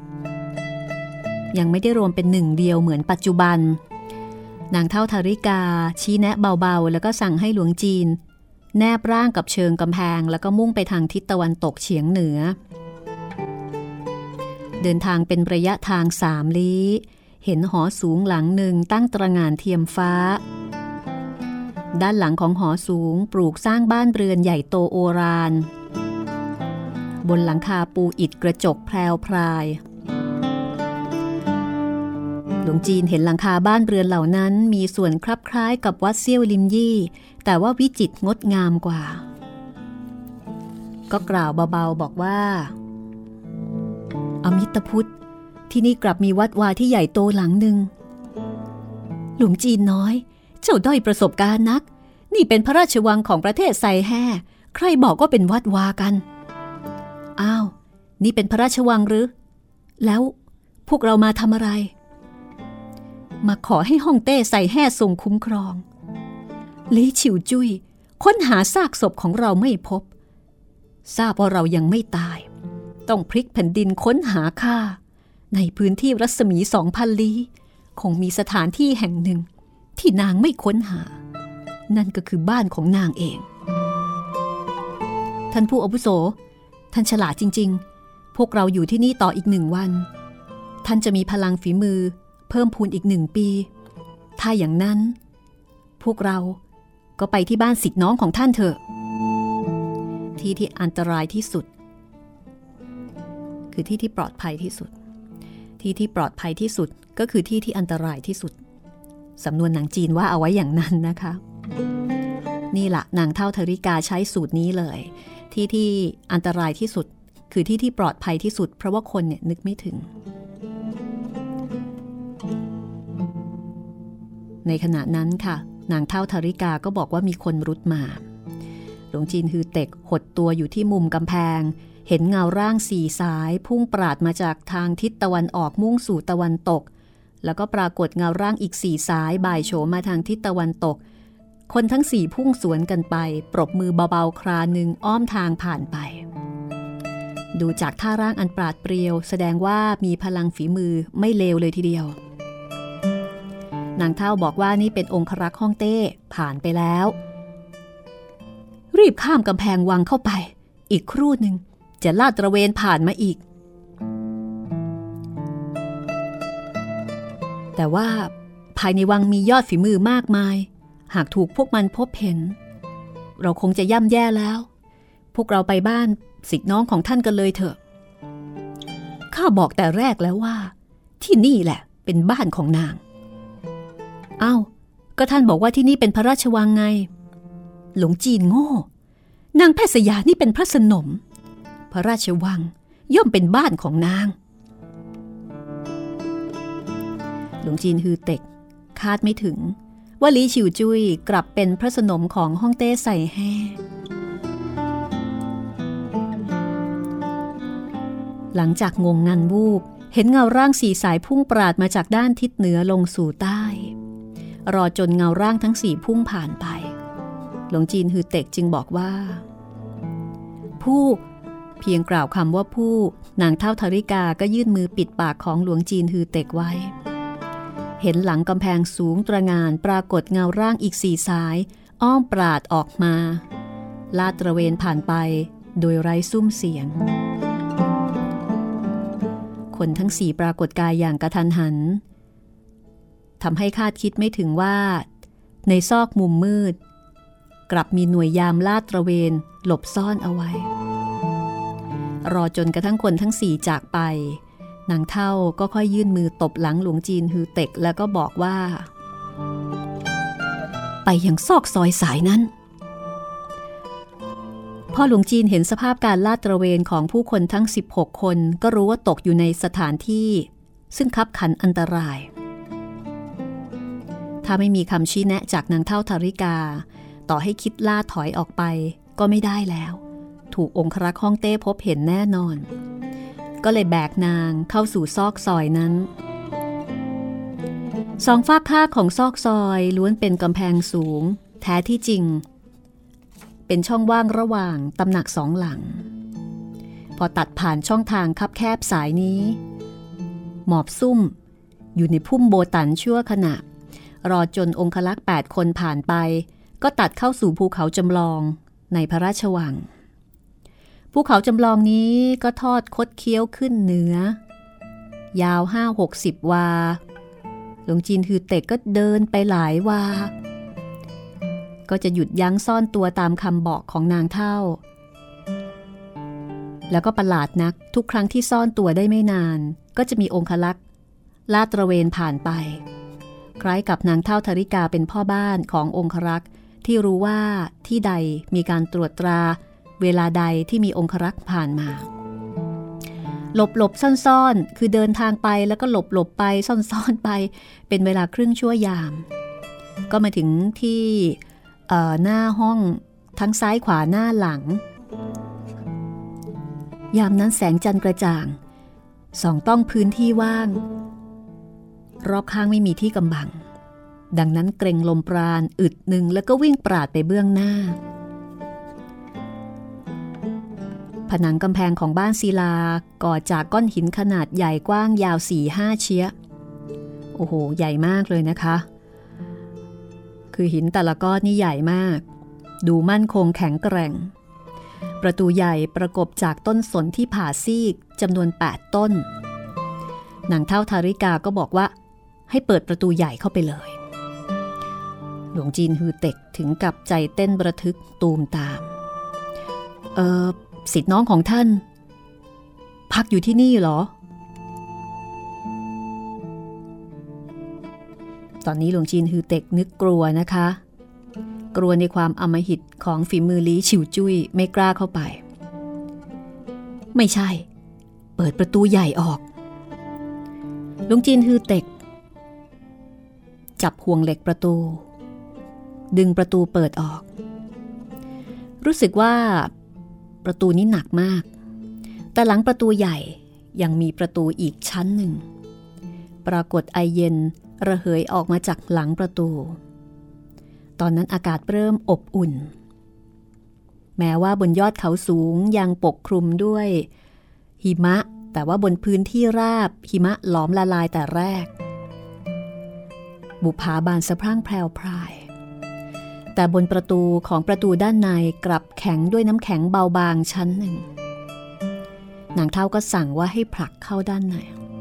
ยังไม่ได้รวมเป็นหนึ่งเดียวเหมือนปัจจุบันนางเฒ่าธาริกาชี้แนะเบาๆแล้วก็สั่งให้หลวงจีนแนบร่างกับเชิงกำแพงแล้วก็มุ่งไปทางทิศตะวันตกเฉียงเหนือเดินทางเป็นระยะทางสามลี้เห็นหอสูงหลังหนึ่งตั้งตระหง่านเทียมฟ้าด้านหลังของหอสูงปลูกสร้างบ้านเรือนใหญ่โตโอฬารบนหลังคาปูอิฐกระจกแพรวพรายหลวงจีนเห็นหลังคาบ้านเรือนเหล่านั้นมีส่วนคลับคล้ายกับวัดเซี่ยวลิมยี่แต่ว่าวิจิตรงดงามกว่าก็กล่าวเบาๆบอกว่าอมิตพุทธที่นี่กลับมีวัดวาที่ใหญ่โตหลังหนึ่งหลวงจีนน้อยเจ้าด้อยประสบการณ์นักนี่เป็นพระราชวังของประเทศไซแห่ใครบอกว่าเป็นวัดวากันอ้าวนี่เป็นพระราชวังหรือแล้วพวกเรามาทำอะไรมาขอให้ฮ่องเต้ไซแห่ทรงคุ้มครองลี่ฉิวจุ้ยค้นหาซากศพของเราไม่พบทราบว่าเรายังไม่ตายต้องพลิกแผ่นดินค้นหาข้าในพื้นที่รัศมีสองพันลี้คงมีสถานที่แห่งหนึ่งที่นางไม่ค้นหานั่นก็คือบ้านของนางเองท่านผู้อาวุโสท่านฉลาดจริงๆพวกเราอยู่ที่นี่ต่ออีกหนึ่งวันท่านจะมีพลังฝีมือเพิ่มพูนอีกหนึ่งปีถ้าอย่างนั้นพวกเราก็ไปที่บ้านศิษย์น้องของท่านเถอะที่ที่อันตรายที่สุดคือที่ที่ปลอดภัยที่สุดที่ที่ปลอดภัยที่สุดก็คือที่ที่อันตรายที่สุดสำนวนหนังจีนว่าเอาไว้อย่างนั้นนะคะนี่ล่ะนางเฒ่าธาริกาใช้สูตรนี้เลยที่ที่อันตรายที่สุดคือที่ที่ปลอดภัยที่สุดเพราะว่าคนเนี่ยนึกไม่ถึงในขณะนั้นค่ะนางเฒ่าธาริกาก็บอกว่ามีคนรุดมาหลวงจีนฮือเต็กหดตัวอยู่ที่มุมกำแพงเห็นเงาร่างสี่สายพุ่งปราดมาจากทางทิศตะวันออกมุ่งสู่ตะวันตกแล้วก็ปรากฏเงาร่างอีกสี่สายบ่ายโฉมมาทางทิศตะวันตกคนทั้งสี่พุ่งสวนกันไปปรบมือเบาๆคราหนึ่งอ้อมทางผ่านไปดูจากท่าร่างอันปราดเปรียวแสดงว่ามีพลังฝีมือไม่เลวเลยทีเดียวนางเฒ่าบอกว่านี่เป็นองครักษ์ฮ่องเต้ผ่านไปแล้วรีบข้ามกำแพงวังเข้าไปอีกครู่หนึ่งจะลาดตระเวนผ่านมาอีกแต่ว่าภายในวังมียอดฝีมือมากมายหากถูกพวกมันพบเห็นเราคงจะย่ำแย่แล้วพวกเราไปบ้านศิษย์น้องของท่านกันเลยเถอะข้าบอกแต่แรกแล้วว่าที่นี่แหละเป็นบ้านของนางอ้าวก็ท่านบอกว่าที่นี่เป็นพระราชวังไงหลวงจีนโง่นางแพทย์สยานี่เป็นพระสนมพระราชวังย่อมเป็นบ้านของนางหลวงจีนฮือเต็กคาดไม่ถึงว่าลี่ฉิวจุ้ยกลับเป็นพระสนมของฮ่องเต้ไซแห่หลังจากงงงันวูบเห็นเงาร่างสี่สายพุ่งปราดมาจากด้านทิศเหนือลงสู่ใต้รอจนเงาร่างทั้งสี่พุ่งผ่านไปหลวงจีนฮือเต็กจึงบอกว่าผู้เพียงกล่าวคำว่าผู้นางเฒ่าธาริกาก็ยื่นมือปิดปากของหลวงจีนฮือเต็กไว้เห็นหลังกำแพงสูงตระหง่านปรากฏเงาร่างอีกสี่สายอ้อมปราดออกมาลาดตระเวนผ่านไปโดยไร้ซุ้มเสียงคนทั้งสี่ปรากฏกายอย่างกระทันหันทำให้คาดคิดไม่ถึงว่าในซอกมุมมืดกลับมีหน่วยยามลาดตระเวนหลบซ่อนเอาไว้รอจนกระทั่งคนทั้งสี่จากไปนางเฒ่าก็ค่อยยื่นมือตบหลังหลวงจีนฮือเต็กแล้วก็บอกว่าไปยังซอกซอยสายนั้นพอหลวงจีนเห็นสภาพการลาดตระเวนของผู้คนทั้งสิบหกคนก็รู้ว่าตกอยู่ในสถานที่ซึ่งคับขันอันตรายถ้าไม่มีคำชี้แนะจากนางเฒ่าธาริกาต่อให้คิดล่าถอยออกไปก็ไม่ได้แล้วถูกองครักษ์ฮ่องเต้พบเห็นแน่นอนก็เลยแบกนางเข้าสู่ซอกซอยนั้นสองฝากข้างของซอกซอยล้วนเป็นกำแพงสูงแท้ที่จริงเป็นช่องว่างระหว่างตำหนักสองหลังพอตัดผ่านช่องทางคับแคบสายนี้หมอบซุ่มอยู่ในพุ่มโบตันชั่วขณะรอจนองคลักษ์แปดคนผ่านไปก็ตัดเข้าสู่ภูเขาจำลองในพระราชวังภูเขาจำลองนี้ก็ทอดคดเคี้ยวขึ้นเหนือยาวห้าหกสิบวาหลวงจีนฮือเต็กก็เดินไปหลายวาก็จะหยุดยั้งซ่อนตัวตามคำบอกของนางเฒ่าแล้วก็ประหลาดนักทุกครั้งที่ซ่อนตัวได้ไม่นานก็จะมีองคลักษ์ลาดตระเวนผ่านไปคล้ายกับนางเฒ่าธาริกาเป็นพ่อบ้านขององครักษ์ที่รู้ว่าที่ใดมีการตรวจตราเวลาใดที่มีองครักษ์ผ่านมาหลบหลบซ่อนๆคือเดินทางไปแล้วก็หลบหลบไปซ่อนๆไปเป็นเวลาครึ่งชั่วยามก็มาถึงที่หน้าห้องทั้งซ้ายขวาหน้าหลังยามนั้นแสงจันทร์กระจ่างส่องต้องพื้นที่ว่างรอบข้างไม่มีที่กำบังดังนั้นเกรงลมปราณอึดหนึ่งแล้วก็วิ่งปราดไปเบื้องหน้าผนังกำแพงของบ้านศิลาก่อจากก้อนหินขนาดใหญ่กว้างยาว สี่ห้า เชี้ยโอ้โหใหญ่มากเลยนะคะคือหินแต่ละก้อนนี่ใหญ่มากดูมั่นคงแข็งแกร่งประตูใหญ่ประกบจากต้นสนที่ผ่าซีกจำนวนแปดต้นนางเฒ่าธาริกาก็บอกว่าให้เปิดประตูใหญ่เข้าไปเลยหลวงจีนฮือเต็กถึงกับใจเต้นระทึกตูมตามเออศิษย์น้องของท่านพักอยู่ที่นี่เหรอตอนนี้หลวงจีนฮือเต็กนึกกลัวนะคะกลัวในความอำมหิตของฝีมือลี้ฉิวจุ้ยไม่กล้าเข้าไปไม่ใช่เปิดประตูใหญ่ออกหลวงจีนฮือเต็กจับห่วงเหล็กประตูดึงประตูเปิดออกรู้สึกว่าประตูนี้หนักมากแต่หลังประตูใหญ่ยังมีประตูอีกชั้นหนึ่งปรากฏไอเย็นระเหยออกมาจากหลังประตูตอนนั้นอากาศเริ่มอบอุ่นแม้ว่าบนยอดเขาสูงยังปกคลุมด้วยหิมะแต่ว่าบนพื้นที่ราบหิมะหลอมละลายแต่แรกบุปผาบานสะพรั่งแพรวพรายแต่บนประตูของประตูด้านในกลับแข็งด้วยน้ำแข็งเบาบางชั้นหนึ่งนางเฒ่าก็สั่งว่าให้ผลักเข้าด้านใน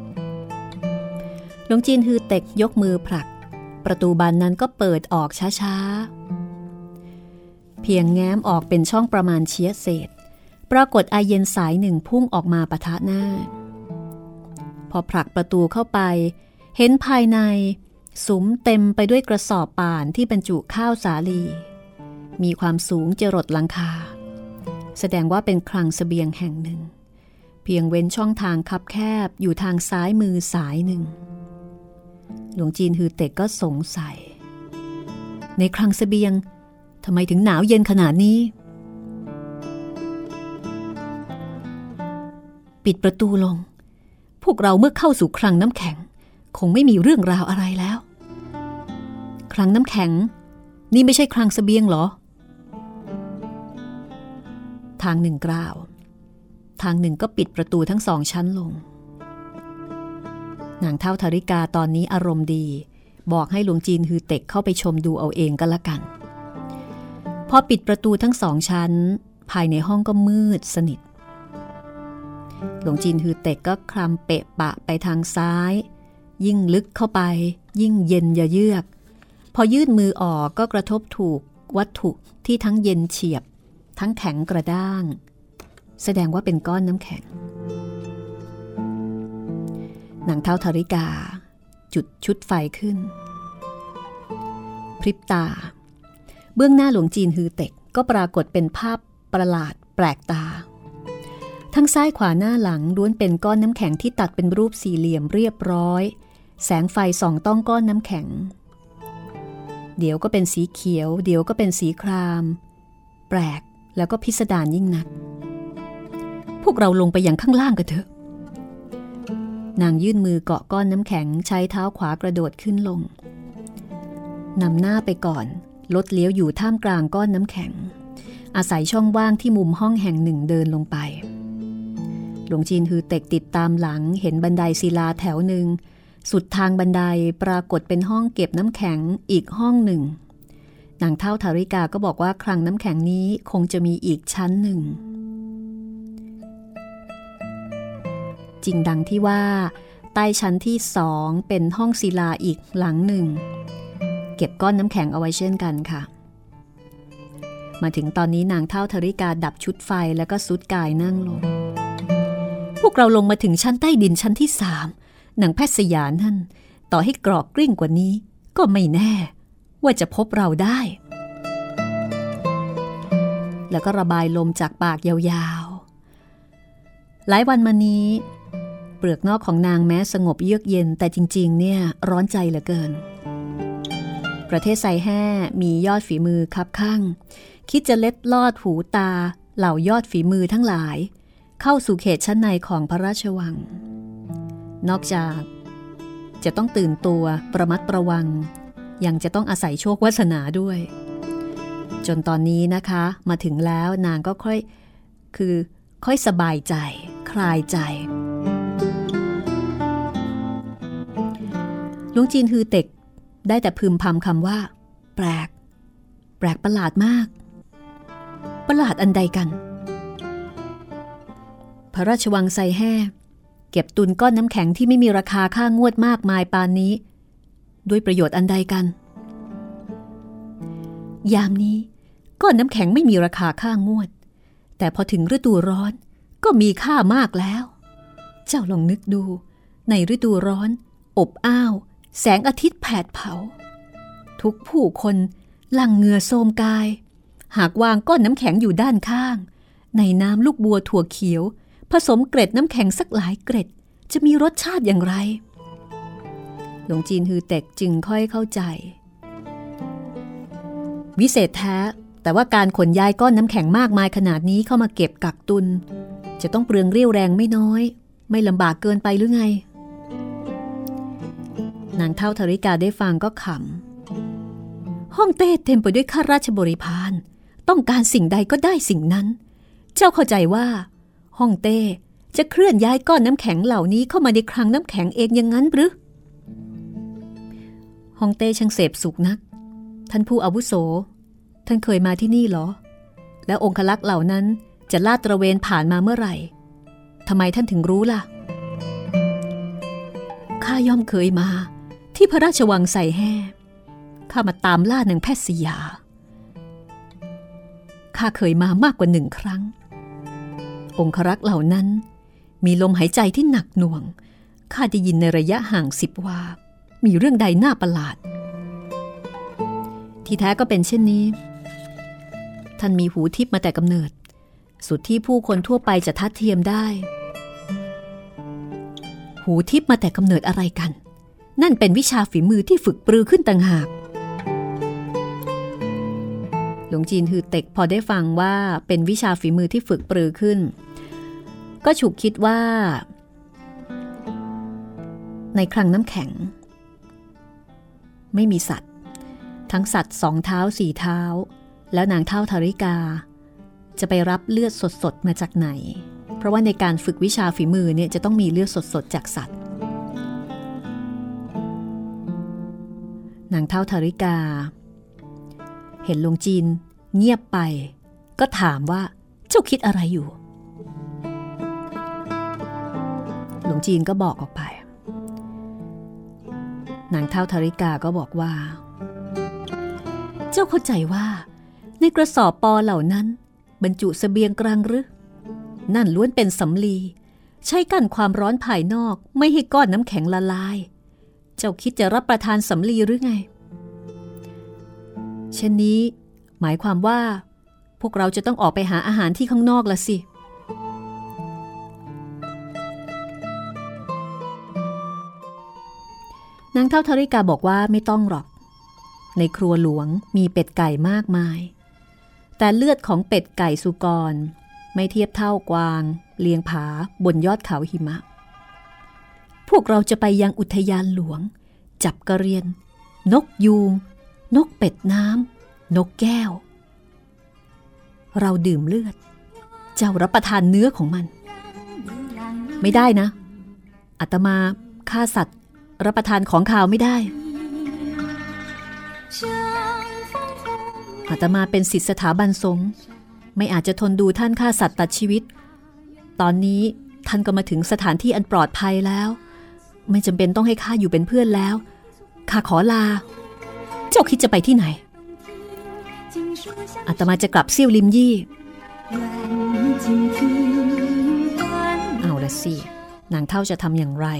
หลวงจีนฮือเต็กยกมือผลักประตูบานนั้นก็เปิดออกช้าๆเพียงแง้มออกเป็นช่องประมาณเชี้ยเศษปรากฏไอเย็นสายหนึ่งพุ่งออกมาปะทะหน้าพอผลักประตูเข้าไปเห็นภายในสุมเต็มไปด้วยกระสอบป่านที่บรรจุข้าวสาลีมีความสูงจรดหลังคาแสดงว่าเป็นคลังเสบียงแห่งหนึ่งเพียงเว้นช่องทางคับแคบอยู่ทางซ้ายมือสายหนึ่งหลวงจีนฮือเต็กก็สงสัยในคลังเสบียงทำไมถึงหนาวเย็นขนาดนี้ปิดประตูลงพวกเราเมื่อเข้าสู่คลังน้ำแข็งคงไม่มีเรื่องราวอะไรแล้วคลังน้ำแข็งนี่ไม่ใช่คลังเสบียงเหรอทางหนึ่งกล่าวทางหนึ่งก็ปิดประตูทั้งสองชั้นลงนางเฒ่าธาริกาตอนนี้อารมณ์ดีบอกให้หลวงจีนฮือเต็กเข้าไปชมดูเอาเองก็แล้วกันพอปิดประตูทั้งสองชั้นภายในห้องก็มืดสนิทหลวงจีนฮือเต็กก็คลำเปะปะไปทางซ้ายยิ่งลึกเข้าไปยิ่งเย็นยะเยือกพอยื่นมือออกก็กระทบถูกวัตถุที่ทั้งเย็นเฉียบทั้งแข็งกระด้างแสดงว่าเป็นก้อนน้ำแข็งนางเฒ่าธาริกาจุดชุดไฟขึ้นพริบตาเบื้องหน้าหลวงจีนฮือเต็กก็ปรากฏเป็นภาพประหลาดแปลกตาทั้งซ้ายขวาหน้าหลังล้วนเป็นก้อนน้ำแข็งที่ตัดเป็นรูปสี่เหลี่ยมเรียบร้อยแสงไฟส่องต้องก้อนน้ำแข็งเดี๋ยวก็เป็นสีเขียวเดี๋ยวก็เป็นสีครามแปลกแล้วก็พิสดารยิ่งนักพวกเราลงไปอย่างข้างล่างกันเถอะนางยื่นมือเกาะก้อนน้ำแข็งใช้เท้าขวากระโดดขึ้นลงนำหน้าไปก่อนลดเลี้ยวอยู่ท่ามกลางก้อนน้ำแข็งอาศัยช่องว่างที่มุมห้องแห่งหนึ่งเดินลงไปหลวงจีนฮือเต็กติดตามหลังเห็นบันไดศิลาแถวหนึ่งสุดทางบันไดปรากฏเป็นห้องเก็บน้ำแข็งอีกห้องหนึ่งนางเฒ่าธาริกาก็บอกว่าคลังน้ำแข็งนี้คงจะมีอีกชั้นหนึ่งจริงดังที่ว่าใต้ชั้นที่สองเป็นห้องศิลาอีกหลังหนึ่งเก็บก้อนน้ำแข็งเอาไว้เช่นกันค่ะมาถึงตอนนี้นางเฒ่าธาริกาดับชุดไฟแล้วก็ซุดกายนั่งลงพวกเราลงมาถึงชั้นใต้ดินชั้นที่สามนางแพทย์สยามนั่นต่อให้กรอกกลิ้งกว่านี้ก็ไม่แน่ว่าจะพบเราได้แล้วก็ระบายลมจากปากยาวๆหลายวันมานี้เปลือกนอกของนางแม้สงบเยือกเย็นแต่จริงๆเนี่ยร้อนใจเหลือเกินประเทศไซแห่มียอดฝีมือคับข้างคิดจะเล็ดลอดหูตาเหล่ายอดฝีมือทั้งหลายเข้าสู่เขตชั้นในของพระราชวังนอกจากจะต้องตื่นตัวประมัดระวังยังจะต้องอาศัยโชควาสนาด้วยจนตอนนี้นะคะมาถึงแล้วนางก็ค่อยคือค่อยสบายใจคลายใจหลวงจีนฮือเต็กได้แต่พึมพำคำว่าแปลกแปลกประหลาดมากประหลาดอันใดกันพระราชวังไซแห่เก็บตุนก้อนน้ำแข็งที่ไม่มีราคาค่างวดมากมายปานนี้ด้วยประโยชน์อันใดกันยามนี้ก้อนน้ำแข็งไม่มีราคาค่างวดแต่พอถึงฤดูร้อนก็มีค่ามากแล้วเจ้าลองนึกดูในฤดูร้อนอบอ้าวแสงอาทิตย์แผดเผาทุกผู้คนหลั่งเหงื่อโทมกายหากวางก้อนน้ำแข็งอยู่ด้านข้างในน้ำลูกบัวถั่วเขียวผสมเกล็ดน้ำแข็งสักหลายเกล็ดจะมีรสชาติอย่างไรหลวงจีนฮือเต็กจึงค่อยเข้าใจวิเศษแท้แต่ว่าการขนย้ายก้อนน้ำแข็งมากมายขนาดนี้เข้ามาเก็บกักตุนจะต้องเปลืองเรี่ยวแรงไม่น้อยไม่ลำบากเกินไปหรือไงนางเฒ่าธาริกาได้ฟังก็ขำห้องเต้เต็มไปด้วยข้าราชบริพารต้องการสิ่งใดก็ได้สิ่งนั้นเจ้าเข้าใจว่าห้องเต้จะเคลื่อนย้ายก้อนน้ำแข็งเหล่านี้เข้ามาในคลังน้ำแข็งเองอย่างนั้นหรือห้องเต้ช่างเสพสุขนักท่านผู้อาวุโสท่านเคยมาที่นี่หรอแล้วองคลักษ์เหล่านั้นจะลาดตระเวนผ่านมาเมื่อไหร่ทำไมท่านถึงรู้ล่ะข้าย่อมเคยมาที่พระราชวังไซแห่ข้ามาตามล่านางแพทย์สยาข้าเคยมามากกว่าหนึ่งครั้งองครักษ์เหล่านั้นมีลมหายใจที่หนักหน่วงข้าได้ยินในระยะห่างสิบวามีเรื่องใดน่าประหลาดที่แท้ก็เป็นเช่นนี้ท่านมีหูทิพย์มาแต่กำเนิดสุดที่ผู้คนทั่วไปจะทัดเทียมได้หูทิพย์มาแต่กำเนิดอะไรกันนั่นเป็นวิชาฝีมือที่ฝึกปรือขึ้นต่างหากหลวงจีนฮือเต็กพอได้ฟังว่าเป็นวิชาฝีมือที่ฝึกปรือขึ้นก็ฉุกคิดว่าในคลังน้ำแข็งไม่มีสัตว์ทั้งสัตว์สองเท้าสี่เท้าแล้วนางเฒ่าธาริกาจะไปรับเลือดสดๆมาจากไหนเพราะว่าในการฝึกวิชาฝีมือเนี่ยจะต้องมีเลือดสดๆจากสัตว์นางเฒ่าธาริกาเห็นลุงจีนเงียบไปก็ถามว่าเจ้าคิดอะไรอยู่หลวงจีนก็บอกออกไปนางเฒ่าธาริกาก็บอกว่าเจ้าเข้าใจว่าในกระสอบปอเหล่านั้นบรรจุเสบียงกลางหรือนั่นล้วนเป็นสำลีใช้กั้นความร้อนภายนอกไม่ให้ก้อนน้ำแข็งละลายเจ้าคิดจะรับประทานสำลีหรือไงเช่นนี้หมายความว่าพวกเราจะต้องออกไปหาอาหารที่ข้างนอกละสินางเฒ่าธาริกาบอกว่าไม่ต้องหรอกในครัวหลวงมีเป็ดไก่มากมายแต่เลือดของเป็ดไก่สุกรไม่เทียบเท่ากวางเลียงผาบนยอดเขาหิมะพวกเราจะไปยังอุทยานหลวงจับกระเรียนนกยูงนกเป็ดน้ำนกแก้วเราดื่มเลือดเจ้ารับประทานเนื้อของมันไม่ได้นะอาตมาฆ่าสัตว์รับประทานของขาวไม่ได้อาตมาเป็นศิษย์สถาบันสงฆ์ไม่อาจจะทนดูท่านฆ่าสัตว์ตัดชีวิตตอนนี้ท่านก็มาถึงสถานที่อันปลอดภัยแล้วไม่จำเป็นต้องให้ข้าอยู่เป็นเพื่อนแล้วข้าขอลาเจ้าคิดจะไปที่ไหนอาตมาจะกลับเซี่ยวลิมยี่เอาละสินางเฒ่าจะทำอย่างไร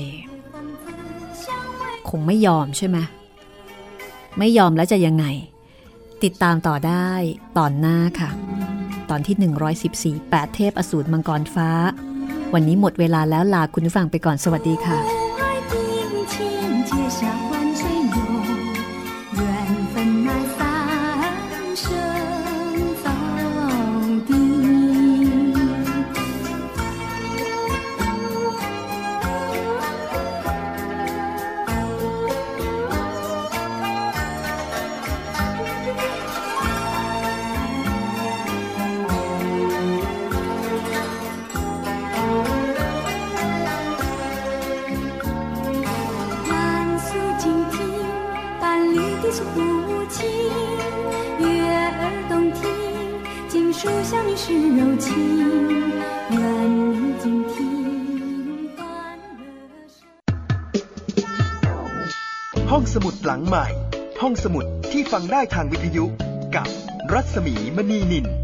คงไม่ยอมใช่ไหมไม่ยอมแล้วจะยังไงติดตามต่อได้ตอนหน้าค่ะตอนที่หนึ่งร้อยสิบสี่ แปดเทพอสูรมังกรฟ้าวันนี้หมดเวลาแล้วลาคุณผู้ฟังไปก่อนสวัสดีค่ะห้องสมุดหลังใหม่ห้องสมุดที่ฟังได้ทางวิทยุกับรัศมีมณีนิน